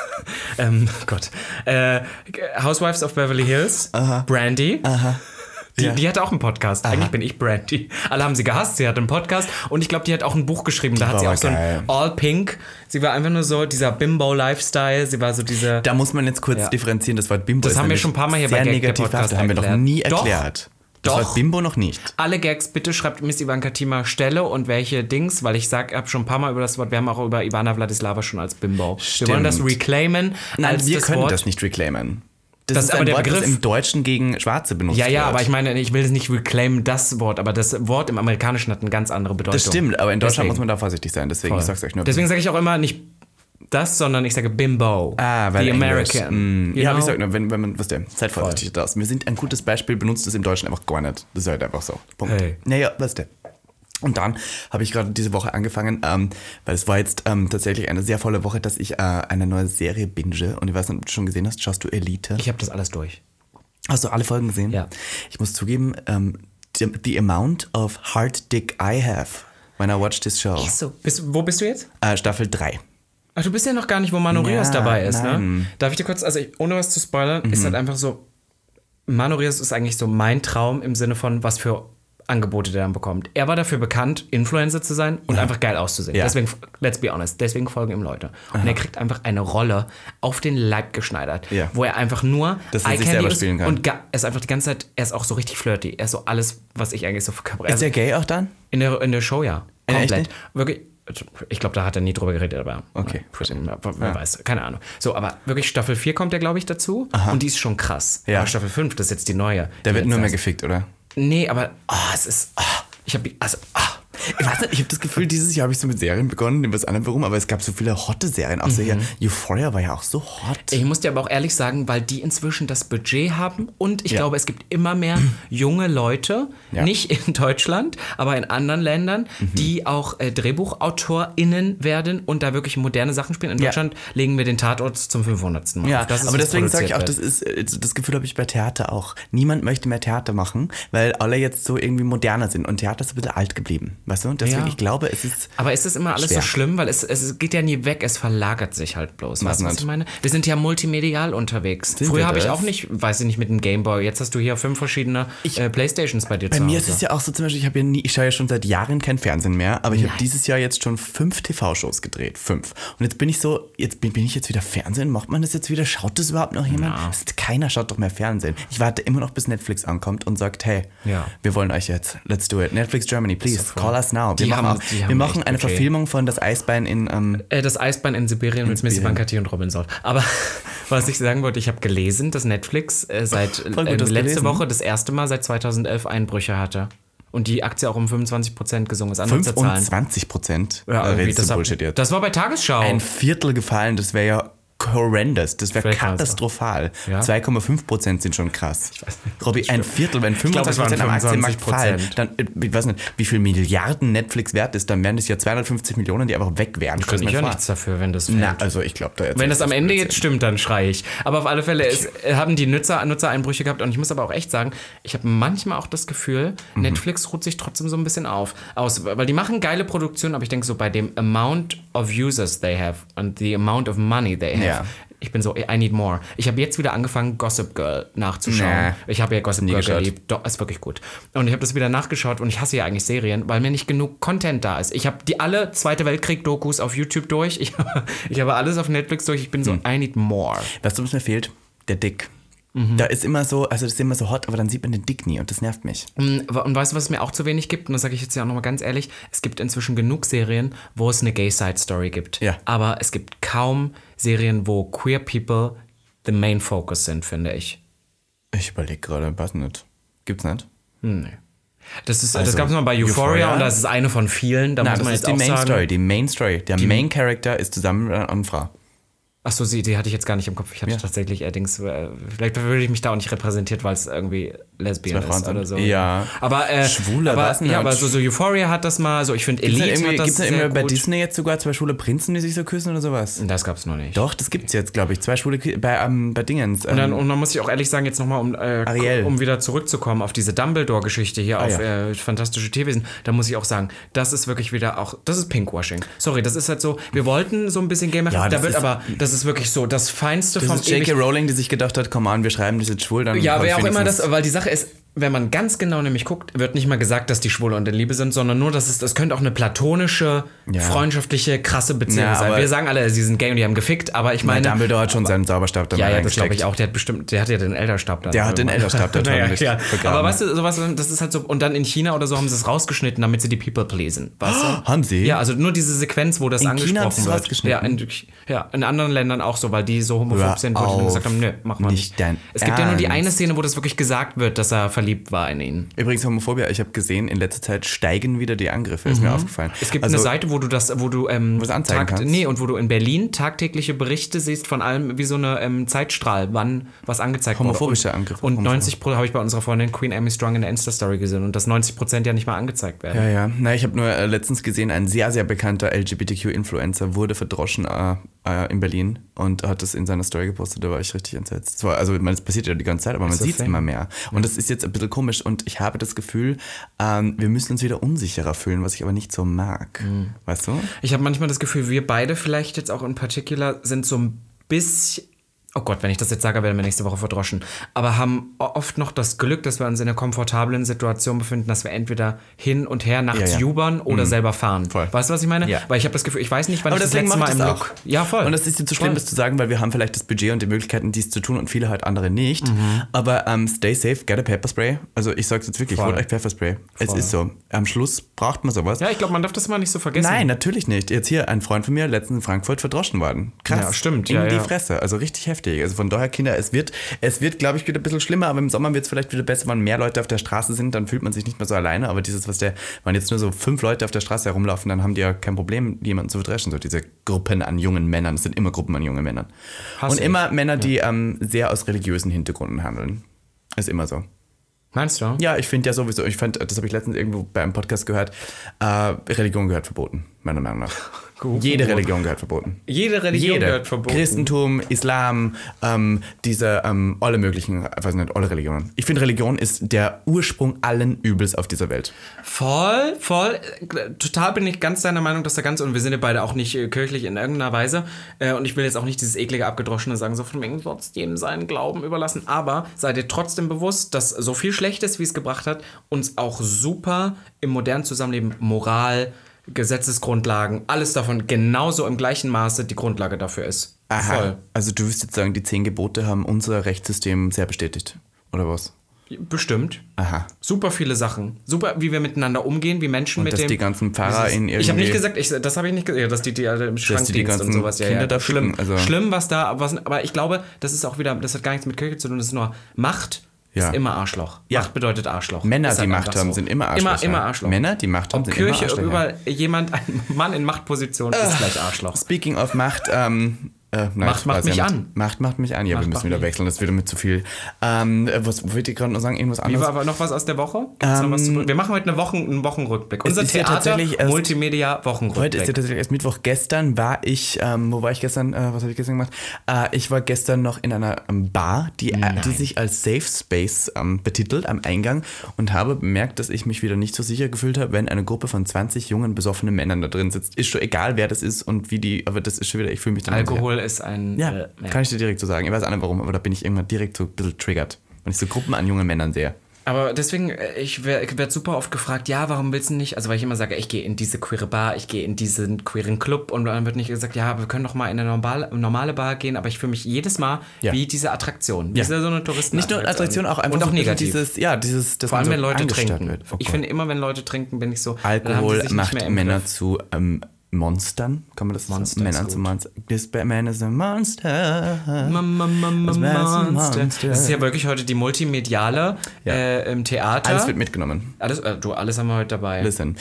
Housewives of Beverly Hills, Brandy. Die hat auch einen Podcast. Eigentlich bin ich Brandy. Alle haben sie gehasst, sie hat einen Podcast und ich glaube, die hat auch ein Buch geschrieben. Da hat war sie auch aber so geil. ein All Pink. Sie war einfach nur so dieser Bimbo-Lifestyle. Sie war so diese... Da muss man jetzt kurz Ja. differenzieren. Das Wort Bimbo Das ist haben wir nämlich schon ein paar Mal hier sehr bei Gag, der negativ Podcast behaftet. Haben wir noch erklärt. nie Doch. erklärt. Das Doch. Wort Bimbo noch nicht. Alle Gags, bitte schreibt Miss Ivanka Tima Stelle und welche Dings, weil ich habe schon ein paar Mal über das Wort, wir haben auch über Ivana Vladislava schon als Bimbo. Wir wollen das reclaimen. Nein, als wir das können Wort. das nicht reclaimen. Das Das ist aber ein der Wort, das Begriff- im Deutschen gegen Schwarze benutzt Ja, wird. aber ich meine, ich will es nicht reclaimen, das Wort, aber das Wort im Amerikanischen hat eine ganz andere Bedeutung. Das stimmt, aber in Deutschland Deswegen. muss man da vorsichtig sein. Deswegen, Voll. ich sag's euch nur. Deswegen sage ich auch immer nicht das, sondern ich sage Bimbo. weil The Englisch. American. Ja, aber ich know? sag nur, wenn man, was der, seid vorsichtig draus. Wir sind ein gutes Beispiel, benutzt es im Deutschen einfach gar nicht. Das ist halt einfach so. Punkt. Hey. Naja, was der. Und dann habe ich gerade diese Woche angefangen, weil es war jetzt tatsächlich eine sehr volle Woche, dass ich eine neue Serie binge. Und ich weiß nicht, ob du schon gesehen hast, schaust du Elite? Ich habe das alles durch. Hast du alle Folgen gesehen? Ja. Ich muss zugeben, the amount of hard dick I have when I watch this show. So. Wo bist du jetzt? Staffel 3. Ach, du bist ja noch gar nicht, wo Manu Ja, Rios dabei ist, ne? nein. Darf ich dir kurz, also ohne was zu spoilern, ist halt einfach so, Manu Rios ist eigentlich so mein Traum im Sinne von, was für Angebote der dann bekommt. Er war dafür bekannt, Influencer zu sein und einfach geil auszusehen. Ja. Deswegen, let's be honest, deswegen folgen ihm Leute. Und er kriegt einfach eine Rolle auf den Leib geschneidert, Ja. wo er einfach nur Dass er sich selber spielen kann. und er ist einfach die ganze Zeit, er ist auch so richtig flirty. Er ist so alles, was ich eigentlich so verkörper. Ist der gay auch dann? In der Show, ja. Echt Komplett. nicht? Wirklich. Ich glaube, da hat er nie drüber geredet, aber Okay, wer weiß, keine Ahnung. So, aber wirklich Staffel 4 kommt ja, glaube ich, dazu. Und die ist schon krass. Ja. Aber Staffel 5, das ist jetzt die neue. Da wird die nur jetzt mehr erst- gefickt, oder? Nee, aber es ist... ich habe... Ich weiß nicht, ich habe das Gefühl, dieses Jahr habe ich so mit Serien begonnen, ich weiß auch nicht warum, aber es gab so viele hotte Serien. Auch so hier, Euphoria war ja auch so hot. Ich muss dir aber auch ehrlich sagen, weil die inzwischen das Budget haben und ich glaube, es gibt immer mehr junge Leute, nicht in Deutschland, aber in anderen Ländern, die auch DrehbuchautorInnen werden und da wirklich moderne Sachen spielen. In Deutschland legen wir den Tatort zum 500. Mal Ja, auf. Das ist, aber was deswegen sage ich auch, produziert das Gefühl habe ich bei Theater auch. Niemand möchte mehr Theater machen, weil alle jetzt so irgendwie moderner sind und Theater ist ein bisschen alt geblieben, weißt du? Und deswegen, Ja. ich glaube, es ist... Aber ist das immer alles schwer. so schlimm? Weil es geht ja nie weg, es verlagert sich halt bloß. Weißt du, was nicht? ich meine? Wir sind ja multimedial unterwegs. Sind Früher wir habe ich das? auch nicht, weiß ich nicht, mit dem Gameboy. Jetzt hast du hier 5 verschiedene Playstations bei dir Bei zu mir Hause. ist es ja auch so, zum Beispiel, ich schaue ja schon seit Jahren kein Fernsehen mehr, aber ich habe dieses Jahr jetzt schon 5 TV-Shows gedreht. 5. Und jetzt bin ich so, bin ich jetzt wieder Fernsehen? Macht man das jetzt wieder? Schaut das überhaupt noch jemand? Keiner schaut doch mehr Fernsehen. Ich warte immer noch, bis Netflix ankommt und sagt, hey, wir wollen euch jetzt. Let's do it. Netflix Germany, please, call us now. Wir machen eine echt Verfilmung von Das Eisbein in... Das Eisbein in Sibirien mit Missy Bankati und Robin Solf. Aber was ich sagen wollte, ich habe gelesen, dass Netflix seit letzte Woche das erste Mal seit 2011 Einbrüche hatte. Und die Aktie auch um 25% gesungen ist. 25%? Ja, redest das, du Bullshit jetzt. Das war bei Tagesschau. Ein Viertel gefallen, das wäre ja horrendous, das wäre Vielleicht war es katastrophal. Ja. 2,5% sind schon krass. Ich weiß nicht, Robby, ein Viertel, wenn glaube, es waren 25% am Aktienmarkt 25%. fallen, dann, ich weiß nicht, wie viel Milliarden Netflix wert ist, dann wären das ja 250 Millionen, die einfach weg wären. Kann ich ja nichts dafür, wenn das fällt. Na, also ich glaube da jetzt... Wenn das am Ende jetzt stimmt, dann schreie ich. Aber auf alle Fälle haben die Nutzereinbrüche gehabt. Und ich muss aber auch echt sagen, ich habe manchmal auch das Gefühl, Netflix ruht sich trotzdem so ein bisschen aus. Weil die machen geile Produktionen, aber ich denke so bei dem amount of users they have and the amount of money they have. Ja. Ich bin so, I need more. Ich habe jetzt wieder angefangen, Gossip Girl nachzuschauen. Nee. Ich habe ja Gossip Nie Girl geschaut. geliebt. Doch, ist wirklich gut. Und ich habe das wieder nachgeschaut und ich hasse ja eigentlich Serien, weil mir nicht genug Content da ist. Ich habe die alle Zweite Weltkrieg-Dokus auf YouTube durch. Ich habe alles auf Netflix durch. Ich bin so, I need more. Weißt du, was mir fehlt? Der Dick. Da ist immer so, also das ist immer so hot, aber dann sieht man den Dick nie und das nervt mich. Und weißt du, was es mir auch zu wenig gibt? Und das sage ich jetzt ja auch nochmal ganz ehrlich. Es gibt inzwischen genug Serien, wo es eine Gay-Side-Story gibt. Ja. Aber es gibt kaum Serien, wo queer people the main focus sind, finde ich. Ich überlege gerade, weiß nicht. Gibt's nicht? Nee. Das Also, gab es mal bei Euphoria Euphoria? und das ist eine von vielen. Da muss Nein, man das jetzt ist die auch Main sagen. Story. Die Main Story. Der Main Character ist zusammen mit einer Frau. Achso, die hatte ich jetzt gar nicht im Kopf. Ich hatte tatsächlich allerdings, vielleicht würde ich mich da auch nicht repräsentiert, weil es irgendwie Lesbian Zwei Frauen ist oder sind. so. Ja. Aber, Schwule, aber, was denn? ja, aber so Euphoria hat das mal, so ich finde Elite hat das Gibt's sehr immer bei gut. Disney jetzt sogar 2 schwule Prinzen, die sich so küssen oder sowas? Das gab's noch nicht. Doch, das gibt's jetzt, glaube ich. 2 schwule bei Dingens. Und dann muss ich auch ehrlich sagen, jetzt nochmal, Ariel. um wieder zurückzukommen auf diese Dumbledore-Geschichte hier auf Fantastische Tierwesen, da muss ich auch sagen, das ist wirklich wieder auch, das ist Pinkwashing. Sorry, das ist halt so, wir wollten so ein bisschen Game machen, Ja, da wird aber, das ist wirklich so das Feinste vom das ist J.K. Rowling, die sich gedacht hat, komm an, wir schreiben das jetzt schwul, dann... Ja, hab ich wer auch immer wenigstens- das, weil die Sache ist, wenn man ganz genau nämlich guckt, wird nicht mal gesagt, dass die Schwule und in Liebe sind, sondern nur, dass das könnte auch eine platonische, freundschaftliche, krasse Beziehung sein. aber- Wir sagen alle, sie sind gay und die haben gefickt, aber ich meine... Dumbledore hat schon seinen Zauberstab da ja, mal das glaube ich reingesteckt. auch. Der hat ja den Elderstab dann. Der hat den Elderstab da drin ja. begraben. Aber weißt du, sowas, das ist halt so, und dann in China oder so haben sie es rausgeschnitten, damit sie die People pleasen, weißt du? Haben sie? Ja, also nur diese Sequenz, wo das In China haben angesprochen sie es wird. rausgeschnitten? In anderen Ländern auch so, weil die so homophob sind, wo die dann gesagt haben, nö, mach mal nicht. dein Es gibt ja nur die Ernst. eine Szene, wo das wirklich gesagt wird, dass er verliebt war in ihn. Übrigens Homophobia, ich habe gesehen, in letzter Zeit steigen wieder die Angriffe, ist mir aufgefallen. Es gibt Also, eine Seite, wo du was anzeigen kannst? und wo du in Berlin tagtägliche Berichte siehst von allem, wie so eine Zeitstrahl, wann was angezeigt wurde. Homophobisch Angriffe. Und 90% habe ich bei unserer Freundin Queen Amy Strong in der Insta-Story gesehen und dass 90% ja nicht mal angezeigt werden. Ja, ja. Na, ich habe nur letztens gesehen, ein sehr, sehr bekannter LGBTQ-Influencer wurde verdroschen in Berlin und hat das in seiner Story gepostet, da war ich richtig entsetzt. Das passiert ja die ganze Zeit, aber man so sieht es thing. immer mehr. Und das ist jetzt ein bisschen komisch und ich habe das Gefühl, wir müssen uns wieder unsicherer fühlen, was ich aber nicht so mag. Weißt du? Ich habe manchmal das Gefühl, wir beide vielleicht jetzt auch in particular sind so ein bisschen, oh Gott, wenn ich das jetzt sage, werden wir nächste Woche verdroschen, aber haben oft noch das Glück, dass wir uns in einer komfortablen Situation befinden, dass wir entweder hin und her nachts jubern oder selber fahren. Voll. Weißt du, was ich meine? Ja. Weil ich habe das Gefühl, ich weiß nicht, wann Aber ich das deswegen letzte Mal mache im ich das Look... Ja, voll. Und das ist nicht so schlimm, das zu sagen, weil wir haben vielleicht das Budget und die Möglichkeiten, dies zu tun und viele halt andere nicht. Aber stay safe, get a Pepperspray. Also ich sag's jetzt wirklich, holt euch Pepperspray. Es ist so. Am Schluss braucht man sowas. Ja, ich glaube, man darf das mal nicht so vergessen. Nein, natürlich nicht. Jetzt hier, ein Freund von mir, letztens in Frankfurt verdroschen worden. Krass. Ja, stimmt. In die Fresse. Also richtig heftig. Also von daher, Kinder, es wird, glaube ich, wieder ein bisschen schlimmer, aber im Sommer wird es vielleicht wieder besser, wenn mehr Leute auf der Straße sind, dann fühlt man sich nicht mehr so alleine. Aber dieses, wenn jetzt nur so 5 Leute auf der Straße herumlaufen, dann haben die ja kein Problem, jemanden zu verdreschen. So diese Gruppen an jungen Männern. Es sind immer Gruppen an jungen Männern. Und immer Männer, die sehr aus religiösen Hintergründen handeln. Ist immer so. Meinst du? Ja, ich finde ja sowieso, das habe ich letztens irgendwo bei einem Podcast gehört, Religion gehört verboten, meiner Meinung nach. Jede Religion gehört verboten. Jede Religion gehört verboten. Christentum, Islam, alle möglichen, ich weiß nicht, alle Religionen. Ich finde, Religion ist der Ursprung allen Übels auf dieser Welt. Voll. Total bin ich ganz deiner Meinung, dass und wir sind ja beide auch nicht kirchlich in irgendeiner Weise. Und ich will jetzt auch nicht dieses eklige, abgedroschene sagen, so von wegen soll's jedem seinen Glauben überlassen. Aber sei dir trotzdem bewusst, dass so viel Schlechtes, wie es gebracht hat, uns auch super im modernen Zusammenleben Moral, Gesetzesgrundlagen, alles davon genauso im gleichen Maße die Grundlage dafür ist. Aha. Voll. Also du würdest jetzt sagen, die 10 Gebote haben unser Rechtssystem sehr bestätigt, oder was? Bestimmt. Aha. Super viele Sachen. Super, wie wir miteinander umgehen, wie Menschen und mit dass dem... die ganzen Pfarrer in irgendwie... Ich habe nicht gesagt, das habe ich nicht gesagt, dass die alle im Schrankdienst und sowas. Kinder da schlimm. Also schlimm, aber ich glaube, das ist auch wieder, das hat gar nichts mit Kirche zu tun, das ist nur Macht. Ist immer Arschloch. Ja. Macht bedeutet Arschloch. Männer, die Macht haben, sind immer Arschloch. Immer Arschloch. Männer, die Macht haben, sind Kirche, immer Arschloch. überall jemand, ein Mann in Machtposition ist gleich Arschloch. Speaking of Macht, Macht mich an. Macht mich an. Ja, wir müssen wieder wechseln, das ist wieder mit zu viel. Was wollte ich gerade noch sagen? Irgendwas anderes? Wie war aber noch was aus der Woche? Noch was wir machen heute einen Wochenrückblick. Unser Theater, Multimedia-Wochenrückblick. Heute ist ja tatsächlich erst Mittwoch. Gestern war ich, wo war ich gestern? Was habe ich gestern gemacht? Ich war gestern noch in einer Bar, die sich als Safe Space betitelt, am Eingang, und habe bemerkt, dass ich mich wieder nicht so sicher gefühlt habe, wenn eine Gruppe von 20 jungen, besoffenen Männern da drin sitzt. Ist schon egal, wer das ist und wie die, aber das ist schon wieder, ich fühle mich dann Alkohol ist ein... Ja, kann ich dir direkt so sagen. Ich weiß auch nicht warum, aber da bin ich irgendwann direkt so ein bisschen triggert, wenn ich so Gruppen an jungen Männern sehe. Aber deswegen, ich werd super oft gefragt, ja, warum willst du nicht? Also weil ich immer sage, ich gehe in diese queere Bar, ich gehe in diesen queeren Club, und dann wird nicht gesagt, ja, wir können doch mal in eine normale Bar gehen, aber ich fühle mich jedes Mal wie diese Attraktion. Wie so eine Touristenattraktion. Nicht nur Attraktion, auch einfach und auch so negativ. Das vor allem, so wenn Leute trinken. Wird. Oh ich finde immer, wenn Leute trinken, bin ich so... Alkohol macht Männer zu... Monstern, kann man das sagen? Männer zu Monster. This Batman is a Monster. Monster. Das ist ja wirklich heute die multimediale im Theater. Alles wird mitgenommen. Alles haben wir heute dabei. Listen.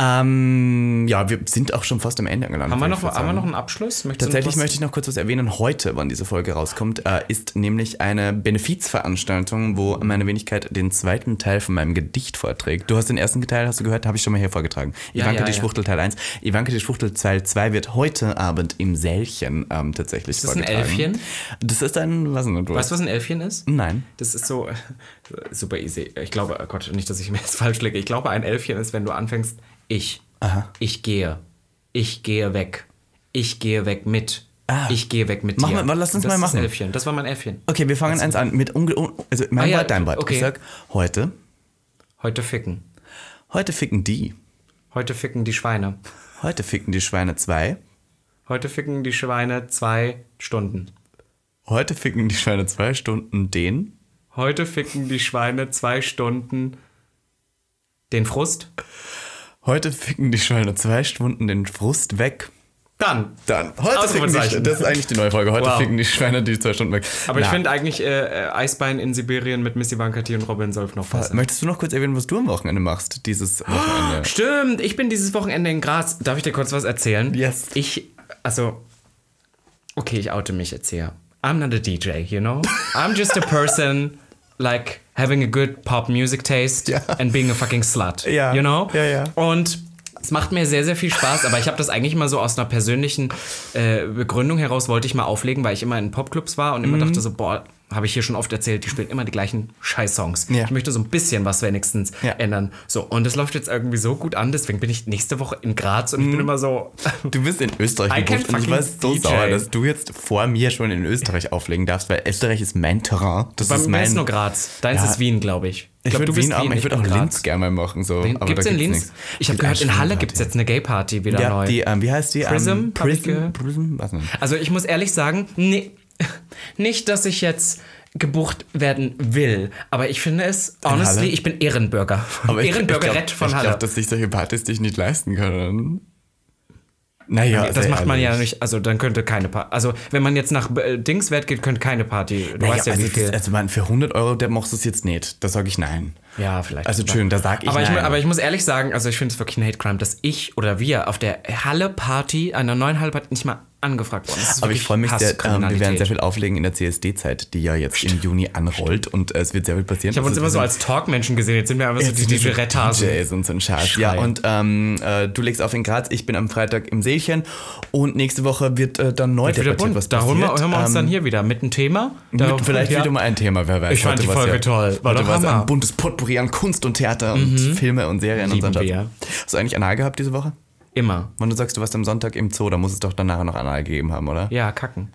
Ja, wir sind auch schon fast am Ende angelangt. Haben wir noch einen Abschluss? Tatsächlich möchte ich noch kurz was erwähnen. Heute, wann diese Folge rauskommt, ist nämlich eine Benefizveranstaltung, wo meine Wenigkeit den zweiten Teil von meinem Gedicht vorträgt. Du hast den ersten Teil, hast du gehört? Habe ich schon mal hier vorgetragen. Ivanka die Schwuchtel Teil 1. Ivanka die Schwuchtel Teil 2 wird heute Abend im Sälchen tatsächlich vorgetragen. Ist das ein Elfchen? Das ist ein, was denn? Weißt du, was ein Elfchen ist? Nein. Das ist so super easy. Ich glaube, oh Gott, nicht, dass ich mir jetzt falsch lege. Ich glaube, ein Elfchen ist, wenn du anfängst, ich gehe weg, ich gehe weg mit. Ich gehe weg mit dir. Lass uns mal machen. Elfchen. Das war mein Elfchen. Okay, wir fangen eins an. Mit also mein Wort, dein Wort. Okay. Ich sag heute. Heute ficken. Heute ficken die. Heute ficken die Schweine. Heute ficken die Schweine 2. Heute ficken die Schweine 2 Stunden. Heute ficken die Schweine 2 Stunden den. Heute ficken die Schweine 2 Stunden den Frust. Heute ficken die Schweine 2 Stunden den Frust weg. Dann. Heute ficken die, das ist eigentlich die neue Folge. Heute ficken die Schweine die 2 Stunden weg. Aber ich finde eigentlich Eisbein in Sibirien mit Miss Ivanka T. und Robin Solf noch besser. Möchtest du noch kurz erwähnen, was du am Wochenende machst, dieses Wochenende? Stimmt, ich bin dieses Wochenende in Graz. Darf ich dir kurz was erzählen? Yes. Ich oute mich jetzt hier. I'm not a DJ, you know? I'm just a person, like, having a good pop music taste and being a fucking slut, you know? Ja. Und es macht mir sehr, sehr viel Spaß, aber ich habe das eigentlich mal so aus einer persönlichen Begründung heraus, wollte ich mal auflegen, weil ich immer in Popclubs war und immer dachte so, boah, habe ich hier schon oft erzählt, die spielen immer die gleichen Scheiß-Songs. Ja. Ich möchte so ein bisschen was wenigstens ändern. So, und es läuft jetzt irgendwie so gut an, deswegen bin ich nächste Woche in Graz und ich bin immer so... Du bist in Österreich gebucht und ich war so sauer, dass du jetzt vor mir schon in Österreich auflegen darfst, weil Österreich ist mein Terrain. Bei mir ist nur Graz. Deins ist Wien, glaube ich. Ich würde Wien auch, ich würde auch Linz gerne mal machen. So. Gibt es in Linz? Nichts. Ich habe gehört, in Halle gibt es jetzt eine Gay-Party wieder neu. Die, wie heißt die? Prism? Prism? Was denn? Also ich muss ehrlich sagen, nee, nicht, dass ich jetzt gebucht werden will, aber ich finde es, honestly, ich bin Ehrenbürger. Ehrenbürgerett von Halle. Ich glaube, dass sich solche Partys dich nicht leisten können. Naja, das macht man ja nicht, also dann könnte keine Party, also wenn man jetzt nach Dingswert geht, könnte keine Party, du weißt ja wie viel. Also man, für 100 Euro, der machst du es jetzt nicht, da sage ich nein. Ja, vielleicht. Also schön, da sag ich nein. Aber ich muss ehrlich sagen, also ich finde es wirklich ein Hate-Crime, dass ich oder wir auf der Halle-Party, einer neuen Halle-Party, nicht mal angefragt worden. Aber ich freue mich sehr, wir werden sehr viel auflegen in der CSD-Zeit, die ja jetzt im Juni anrollt und es wird sehr viel passieren. Ich habe uns immer so als Talkmenschen gesehen, jetzt sind wir einfach so die Retthasen. DJs und so ein Scheiß. Ja, und du legst auf in Graz, ich bin am Freitag im Seelchen und nächste Woche wird dann neu debattiert, was da passiert. Da hören wir uns dann hier wieder mit einem Thema. Vielleicht wieder mal ein Thema, wer weiß. Ich fand die Folge toll. Heute war es ein buntes Potpourri an Kunst und Theater und Filme und Serien und so. Hast du eigentlich Anal gehabt diese Woche? Immer. Wenn du sagst, du warst am Sonntag im Zoo, da muss es doch dann nachher noch Anal gegeben haben, oder? Ja, kacken.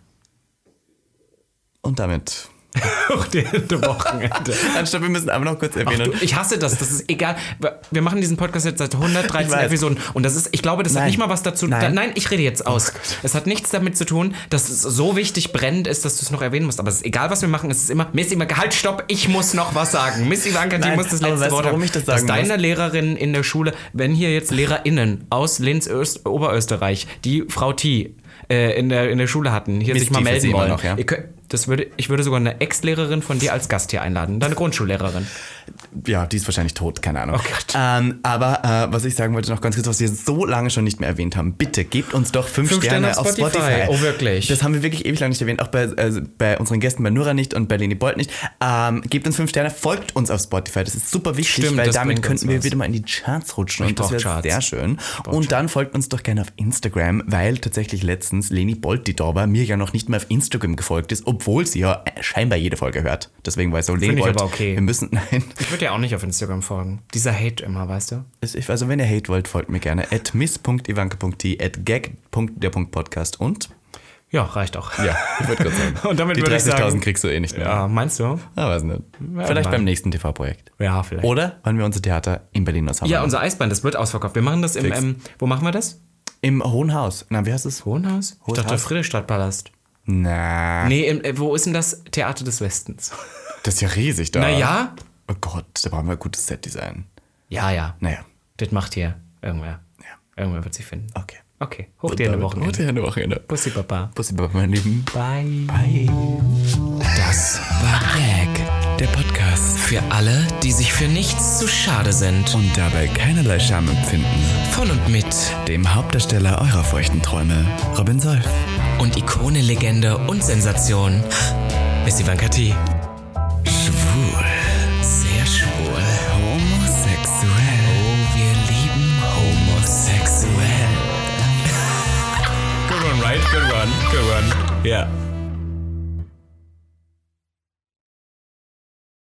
Und damit... Auch die Wochenende. Anstatt, wir müssen aber noch kurz erwähnen. Ich hasse das ist egal. Wir machen diesen Podcast jetzt seit 113 Episoden und das ist, ich glaube, das hat nicht mal was dazu... Nein, ich rede jetzt aus. Es hat nichts damit zu tun, dass es so wichtig brennend ist, dass du es noch erwähnen musst. Aber es ist egal, was wir machen, es ist immer... Miss Ivanka, halt, stopp, ich muss noch was sagen. Miss Ivanka, die muss das letzte Wort haben. Warum ich das sagen dass deine Lehrerin in der Schule, wenn hier jetzt LehrerInnen aus Linz, Oberösterreich, die Frau T. in der Schule hatten, hier sich mal melden wollen. Noch, ja? Ich würde sogar eine Ex-Lehrerin von dir als Gast hier einladen. Deine Grundschullehrerin. Ja, die ist wahrscheinlich tot, keine Ahnung. Oh Gott. Aber was ich sagen wollte noch ganz kurz, was wir so lange schon nicht mehr erwähnt haben. Bitte gebt uns doch 5 Sterne auf Spotify. Oh, wirklich? Das haben wir wirklich ewig lang nicht erwähnt. Auch bei unseren Gästen, bei Nura nicht und bei Leni Bolt nicht. Gebt uns 5 Sterne, folgt uns auf Spotify. Das ist super wichtig, weil damit könnten wir wieder mal in die Charts rutschen. Und das wäre sehr schön. Und dann folgt uns doch gerne auf Instagram, weil tatsächlich letztens Leni Bolt, die da war, mir ja noch nicht mehr auf Instagram gefolgt ist, obwohl sie ja scheinbar jede Folge hört. Deswegen war ich so, Leni Bolt, aber okay. wir müssen, nein. Ich würde ja auch nicht auf Instagram folgen. Dieser Hate immer, weißt du? Also wenn ihr Hate wollt, folgt mir gerne. @miss.ivanka.t, @gag.der.podcast und? Ja, reicht auch. Ja, ich würde gerade sagen. Und damit die würde ich sagen... 30.000 kriegst du eh nicht mehr. Ja, meinst du? Ah, weiß nicht. Ja, vielleicht beim nächsten TV-Projekt. Ja, vielleicht. Oder wenn wir unser Theater in Berlin aushaben. Ja, unser Eisbein, das wird ausverkauft. Wir machen das im... wo machen wir das? Im Hohen Haus. Na, wie heißt es? Hohen Haus? Ich dachte, Friedrichstadtpalast. Na. Nee, wo ist denn das Theater des Westens? Das ist ja riesig da. Naja. Oh Gott, da brauchen wir ein gutes Set-Design. Ja. Naja. Das macht hier irgendwer. Ja. Irgendwer wird sich finden. Okay. Hoch dir eine Wochenende. Hoch dir eine Wochenende. Bussi Papa. Bussi Papa, mein Lieben. Bye. Das war Gag, der Podcast. Für alle, die sich für nichts zu schade sind. Und dabei keinerlei Scham empfinden. Von und mit dem Hauptdarsteller eurer feuchten Träume, Robin Solf. Und Ikone, Legende und Sensation, Miss Ivanka T. Schwul. Sehr schwul. Homosexuell. Oh, wir lieben homosexuell. Good one, right? Good one. Yeah.